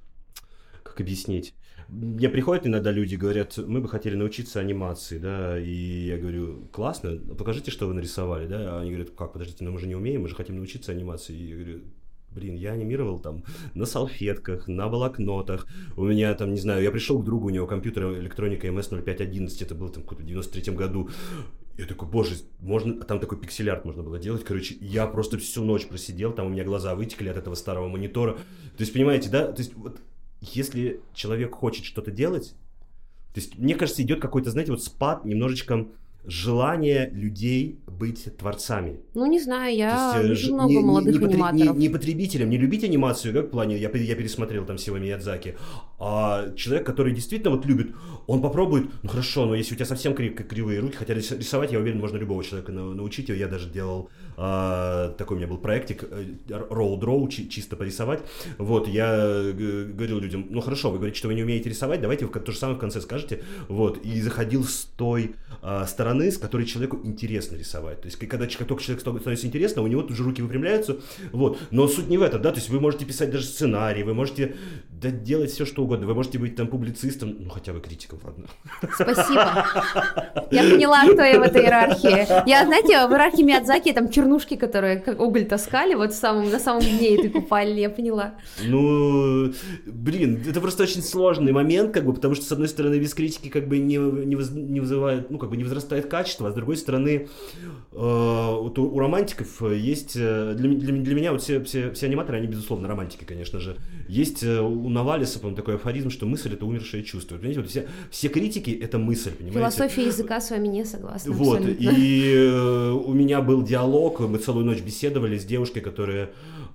как объяснить? Мне приходят иногда люди, говорят, мы бы хотели научиться анимации, да, и я говорю, классно, покажите, что вы нарисовали, да, а они говорят, как, подождите, но мы же не умеем, мы же хотим научиться анимации, и я говорю, блин, я анимировал там на салфетках, на блокнотах, у меня там, не знаю, я пришел к другу, у него компьютер электроника эм эс ноль пять одиннадцать, это было там в девяносто третьем году, я такой, боже, можно, там такой пиксель-арт можно было делать, короче, я просто всю ночь просидел, там у меня глаза вытекли от этого старого монитора, то есть, понимаете, да, то есть, вот, если человек хочет что-то делать, то есть, мне кажется, идет какой-то, знаете, вот спад немножечко желание людей быть творцами. Ну, не знаю, я есть, вижу ж, много не, молодых не, аниматоров. Не, не потребителям, не любить анимацию, как в плане, я, я пересмотрел там всего Миядзаки, а человек, который действительно вот любит, он попробует, ну хорошо, но если у тебя совсем крив, кривые руки, хотя рисовать, я уверен, можно любого человека научить, я даже делал, а, такой у меня был проектик, roll draw, чисто порисовать, вот, я говорил людям, ну хорошо, вы говорите, что вы не умеете рисовать, давайте вы то же самое в конце скажете, вот, и заходил с той а, стороны, с которой человеку интересно рисовать. То есть, когда только человек становится интересно, у него тут же руки выпрямляются. Вот. Но суть не в этом, да, то есть вы можете писать даже сценарий, вы можете да, делать все, что угодно, вы можете быть там публицистом, ну хотя бы критиком, ладно. Спасибо. Я поняла, кто я в этой иерархии. Я, знаете, в иерархии Миядзаки там чернушки, которые как уголь таскали, вот в самом, на самом дне этой купальни, я поняла. Ну, блин, это просто очень сложный момент, как бы, потому что, с одной стороны, без критики как бы не, не, воз, не вызывает, ну, как бы не возрастает качество, а с другой стороны, э, вот у, у романтиков есть, для, для, для меня вот все, все, все аниматоры, они, безусловно, романтики, конечно же, есть у Навалиса, по-моему, такой афоризм, что мысль — это умершее чувство. Понимаете, вот все, все критики — это мысль, понимаете? Философия языка с вами не согласна. Вот, абсолютно. И э, у меня был диалог, мы целую ночь беседовали с девушкой, которая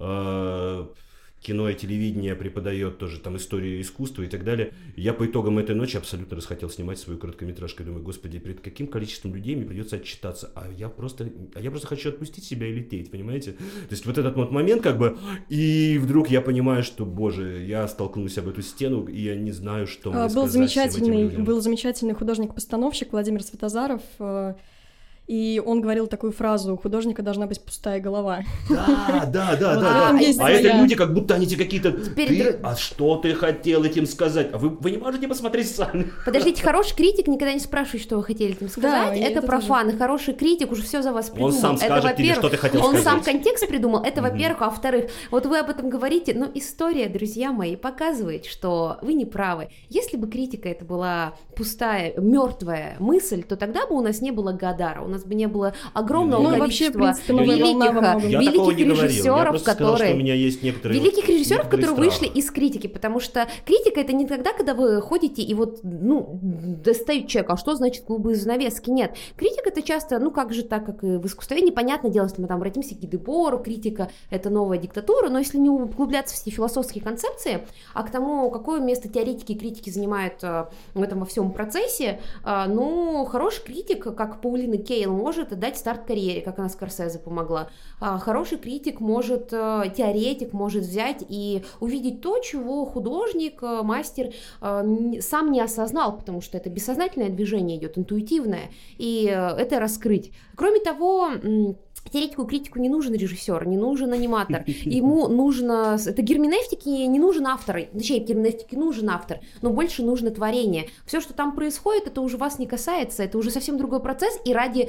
э, кино и телевидение преподает тоже там историю искусства и так далее. Я по итогам этой ночи абсолютно расхотел снимать свою короткометражку. Я думаю, господи, перед каким количеством людей мне придется отчитаться? А я просто, а я просто хочу отпустить себя и лететь, понимаете? То есть вот этот вот момент как бы, и вдруг я понимаю, что, боже, я столкнулся об эту стену, и я не знаю, что мне был сказать замечательный, всем этим людям. Был замечательный художник-постановщик Владимир Светозаров, и он говорил такую фразу: у художника должна быть пустая голова. Да, да, да, Вот да. а, А это люди, как будто они тебе какие-то... Теперь Ты... дру- А что ты хотел этим сказать? А вы, вы не можете посмотреть сами? Подождите, хороший критик никогда не спрашивает, что вы хотели этим сказать. Да, это это профан, и хороший критик уже все за вас придумал. Он сам это, скажет тебе, что ты хотел он сказать. сам контекст придумал, это во-первых. А во-вторых, вот вы об этом говорите, но история, друзья мои, показывает, что вы не правы. Если бы критика это была пустая, мертвая мысль, то тогда бы у нас не было Годара, у нас бы не было огромного Ну, количества вообще, в принципе, новая волна во многом. Я великих такого не говорил. Я режиссеров, просто сказал, которые... что у меня есть некоторые... Великих режиссеров, некоторые которые страхи. вышли из критики, потому что критика — это не тогда, когда вы ходите и вот, ну, достают человека, а что значит голубые занавески? Нет. Критика — это часто, ну, как же так, как и в искусстве, непонятно дело, если мы там обратимся к Гидебору, критика — это новая диктатура, но если не углубляться в эти философские концепции, а к тому, какое место теоретики и критики занимают а, в этом во всем процессе, а, ну, хороший критик, как Паулина Кейл, может дать старт карьере, как она Скорсезе помогла. А, хороший критик может, а, теоретик может взять и увидеть то, чего художник, а, мастер а, не, сам не осознал, потому что это бессознательное движение идет, интуитивное, и а, это раскрыть. Кроме того, теоретику и критику не нужен режиссер, не нужен аниматор. Ему нужно... Это герменевтики не нужен автор. Точнее, герменевтики нужен автор, но больше нужно творение. Все, что там происходит, это уже вас не касается, это уже совсем другой процесс, и ради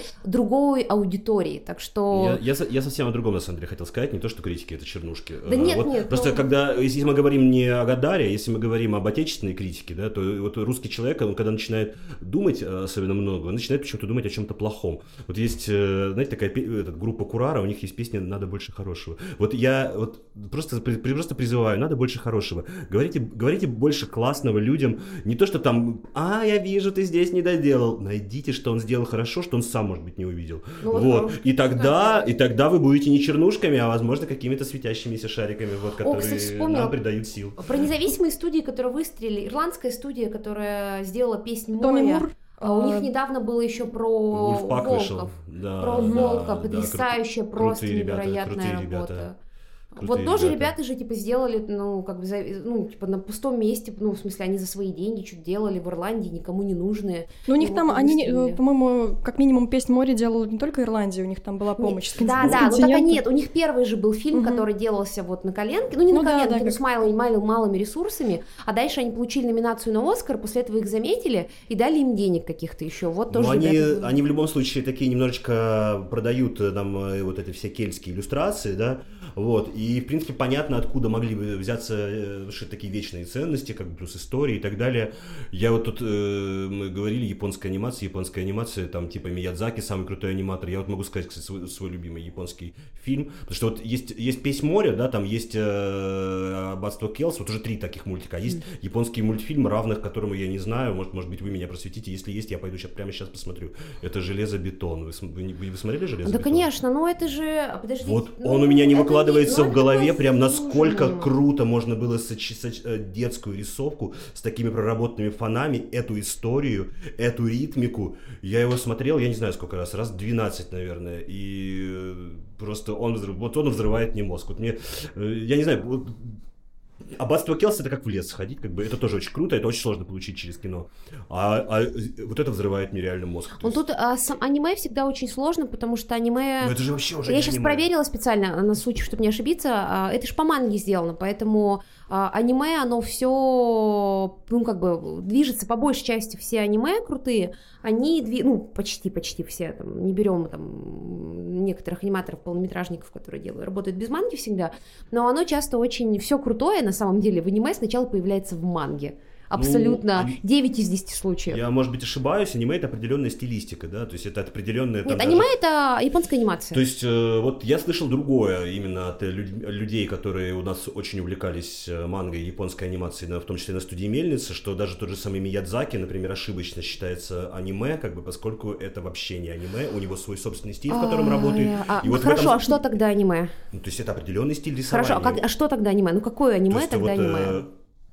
другой аудитории, так что... Я, я, я совсем о другом, на самом деле, хотел сказать, не то, что критики — это чернушки. Да нет, вот нет. Просто но... когда, если мы говорим не о Гадаре, если мы говорим об отечественной критике, да, то вот русский человек, он когда начинает думать особенно много, он начинает почему-то думать о чем-то плохом. Вот есть, знаете, такая этот, группа Курара, у них есть песня «Надо больше хорошего». Вот я вот просто, просто призываю, надо больше хорошего. Говорите, говорите больше классного людям, не то, что там, а, я вижу, ты здесь не доделал. Найдите, что он сделал хорошо, что он сам, может быть, не увидел. Ну, вот. вот. И тогда, и тогда вы будете не чернушками, а, возможно, какими-то светящимися шариками, вот, которые О, кстати, нам придают сил. Про независимые студии, которые выстрелили. Ирландская студия, которая сделала песню «Моря». А у них недавно было еще про волков. Да, про да, волка, да, потрясающая, кру- просто ребята, невероятная работа. Ребята. Вот тоже ребята. ребята же, типа, сделали, ну, как бы, за, ну, типа, на пустом месте, ну, в смысле, они за свои деньги что-то делали в Ирландии, никому не нужные. Ну, у них там, они, по-моему, как минимум «Песнь моря» делала не только Ирландия, у них там была помощь. Нет, да, да, ну, так а нет, у них первый же был фильм, угу. который делался вот на коленке, ну, не на ну, коленке, да, да, но как... с малыми, малыми, малыми ресурсами, а дальше они получили номинацию на Оскар, после этого их заметили и дали им денег каких-то еще, вот тоже. Ну, они, они в любом случае такие немножечко продают нам вот эти все кельтские иллюстрации, да, вот, и, в принципе, понятно, откуда могли бы взяться что такие вечные ценности, как бы плюс истории и так далее. Я вот тут, э, мы говорили, японская анимация, японская анимация, там типа Миядзаки, самый крутой аниматор. Я вот могу сказать, кстати, свой, свой любимый японский фильм, потому что вот есть, есть «Песнь моря», да, там есть э, «Аббатство Келс», вот уже три таких мультика, а есть mm. японский мультфильм, равных которому я не знаю, может, может быть, вы меня просветите, если есть, я пойду сейчас, прямо сейчас посмотрю. Это «Железобетон». Вы, вы, вы смотрели «Железобетон»? Да, конечно, но это же... Подождите. Вот ну, он у меня не выкладывается не, в голове, прям насколько насколько круто можно было сочетать детскую рисовку с такими проработанными фонами, эту историю, эту ритмику. Я его смотрел, я не знаю сколько раз, раз двенадцать, наверное, и просто он, взрыв... вот он взрывает мне мозг. Вот мне, я не знаю, вот... «Аббатство Келс» — это как в лес сходить, как бы это тоже очень круто, это очень сложно получить через кино. А, а вот это взрывает мне реально мозг. Ну тут а, сам, аниме всегда очень сложно, потому что аниме... Ну это же вообще уже Я не сейчас аниме. Проверила специально на случай, чтобы не ошибиться, а, это же по манге сделано, поэтому а, аниме, оно все, ну как бы движется, по большей части все аниме крутые, они, дви... ну почти-почти все, там, не берем там некоторых аниматоров, полнометражников, которые делают, работают без манги всегда, но оно часто очень все крутое, на самом деле, в аниме сначала появляется в манге. Абсолютно. Ну, девять из десяти случаев. Я, может быть, ошибаюсь, аниме — это определенная стилистика, да, то есть это определенная... Нет, аниме даже... — это японская анимация. То есть э, вот я слышал другое именно от люд... людей, которые у нас очень увлекались мангой и японской анимацией, в том числе на студии Мельницы, что даже тот же самый Миядзаки, например, ошибочно считается аниме, как бы, поскольку это вообще не аниме, у него свой собственный стиль, в котором работает. А, и вот хорошо, этом... а что тогда аниме? Ну, то есть это определенный стиль рисования. Хорошо, а, как... а что тогда аниме? Ну какое аниме тогда вот, аниме? Э...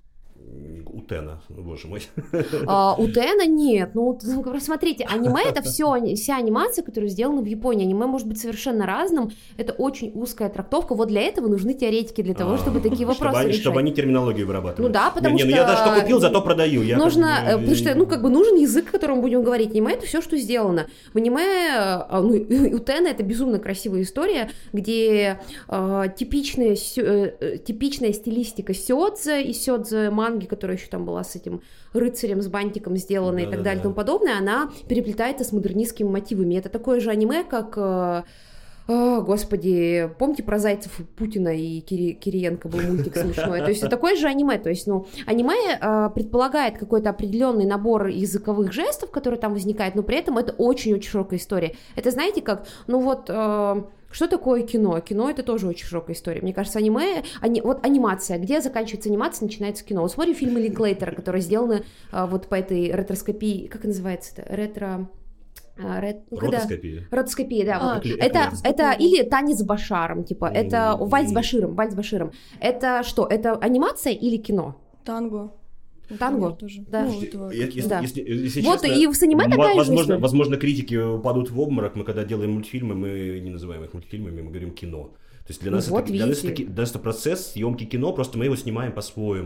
Утена, боже мой. А, Утена нет. Ну, смотрите, аниме — это все, вся анимация, которая сделана в Японии. Аниме может быть совершенно разным. Это очень узкая трактовка. Вот для этого нужны теоретики, для того, чтобы такие вопросы чтобы они, решать. Чтобы они терминологию вырабатывали. Ну да, потому не, что... Не, ну я даже что купил, зато продаю. Я нужно, как бы... потому что, ну, как бы нужен язык, которым будем говорить. Аниме — это все, что сделано. В аниме, ну, Утена — это безумно красивая история, где э, типичная, э, типичная стилистика сёдзе и сёдзе манги, которая еще там была с этим рыцарем, с бантиком сделана, да, и так да, далее и да. тому подобное, она переплетается с модернистскими мотивами. Это такое же аниме, как... О, господи, помните про Зайцев, Путина и Кири... Кириенко был мультик смешной? То есть это такое же аниме. То есть, ну, аниме э, предполагает какой-то определенный набор языковых жестов, которые там возникают, но при этом это очень-очень широкая история. Это, знаете, как, ну вот... Э, Что такое кино? Кино — это тоже очень широкая история. Мне кажется, аниме... Ани... Вот анимация. Где заканчивается анимация, начинается кино. Вот смотрим фильмы Линклейтера, которые сделаны а, вот по этой ретроскопии. Как называется это? Ретро... Рет... Ротоскопия. Когда... Ротоскопия, да. А, вот. это, это или танец с Башаром, типа, mm-hmm. это вальс с Баширом, вальс с Баширом. Это что? Это анимация или кино? Танго. Танго? Тоже. Да. Ну, если, да. Если, если вот честно, и в аниме такая возможно, же возможно, критики упадут в обморок. Мы когда делаем мультфильмы, мы не называем их мультфильмами, мы говорим кино. То есть для нас, вот это, для нас, это, для нас это процесс съемки кино, просто мы его снимаем по-своему.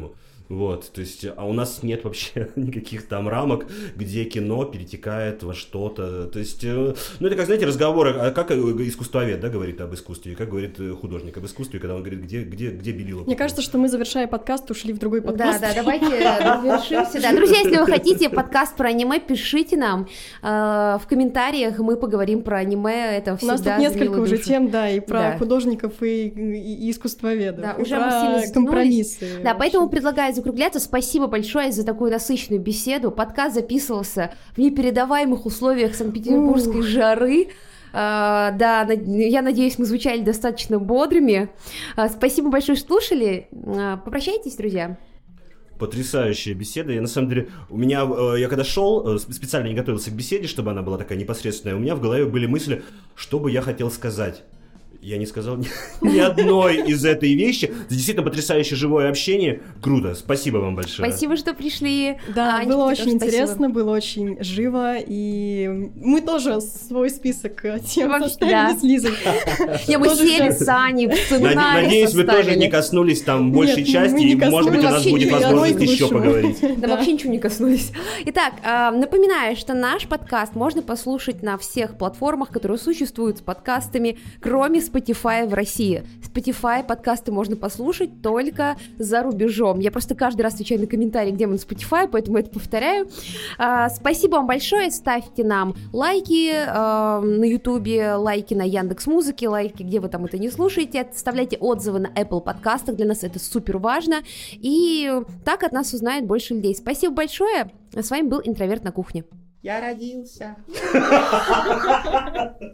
Вот, то есть, а у нас нет вообще никаких там рамок, где кино перетекает во что-то. То есть, ну это как, знаете, разговоры, а как искусствовед, да, говорит об искусстве, как говорит художник об искусстве, когда он говорит, где, где, где белила. Мне кажется, что мы, завершая подкаст, ушли в другой подкаст. Да, да, давайте завершимся. Да. Друзья, если вы хотите подкаст про аниме, пишите нам э, в комментариях, мы поговорим про аниме, это всегда. У нас тут несколько уже душу. тем, да, и про да. художников, и, и, и искусствоведов, да, и уже про мы сильно компромиссы. Да, поэтому предлагаю закругляться. Спасибо большое за такую насыщенную беседу. Подкаст записывался в непередаваемых условиях санкт-петербургской жары. Uh, да, я надеюсь, мы звучали достаточно бодрыми. Uh, спасибо большое, что слушали. Uh, попрощайтесь, друзья. Потрясающая беседа. Я, на самом деле, у меня, я когда шел, специально не готовился к беседе, чтобы она была такая непосредственная, у меня в голове были мысли, что бы я хотел сказать. Я не сказал ни, ни одной из этой вещи. Действительно потрясающее живое общение. Круто. Спасибо вам большое. Спасибо, что пришли. Да, Анечка, было очень спасибо. интересно, было очень живо. И мы тоже свой список тем Вообще, составили да. с Лизой. Я мы сели с Аней, сценарий Надеюсь, вы составили. тоже не коснулись там большей Нет, части, мы не и, может быть, у нас вообще будет не- возможность одной к еще лучшему. поговорить. Да, Да. вообще ничего не коснулись. Итак, э, напоминаю, что наш подкаст можно послушать на всех платформах, которые существуют с подкастами, кроме Spotify в России. Spotify подкасты можно послушать только за рубежом. Я просто каждый раз отвечаю на комментарии, где мы на Spotify, поэтому это повторяю. Э, спасибо вам большое. Ставьте нам лайки э, на Ютубе, лайки на Яндекс.Музыке, лайки, где вы там это не слушаете. Оставляйте отзывы на Apple подкастах. Для нас это супер важно. И так от нас узнает больше людей. Спасибо большое. С вами был Интроверт на кухне. Я родился.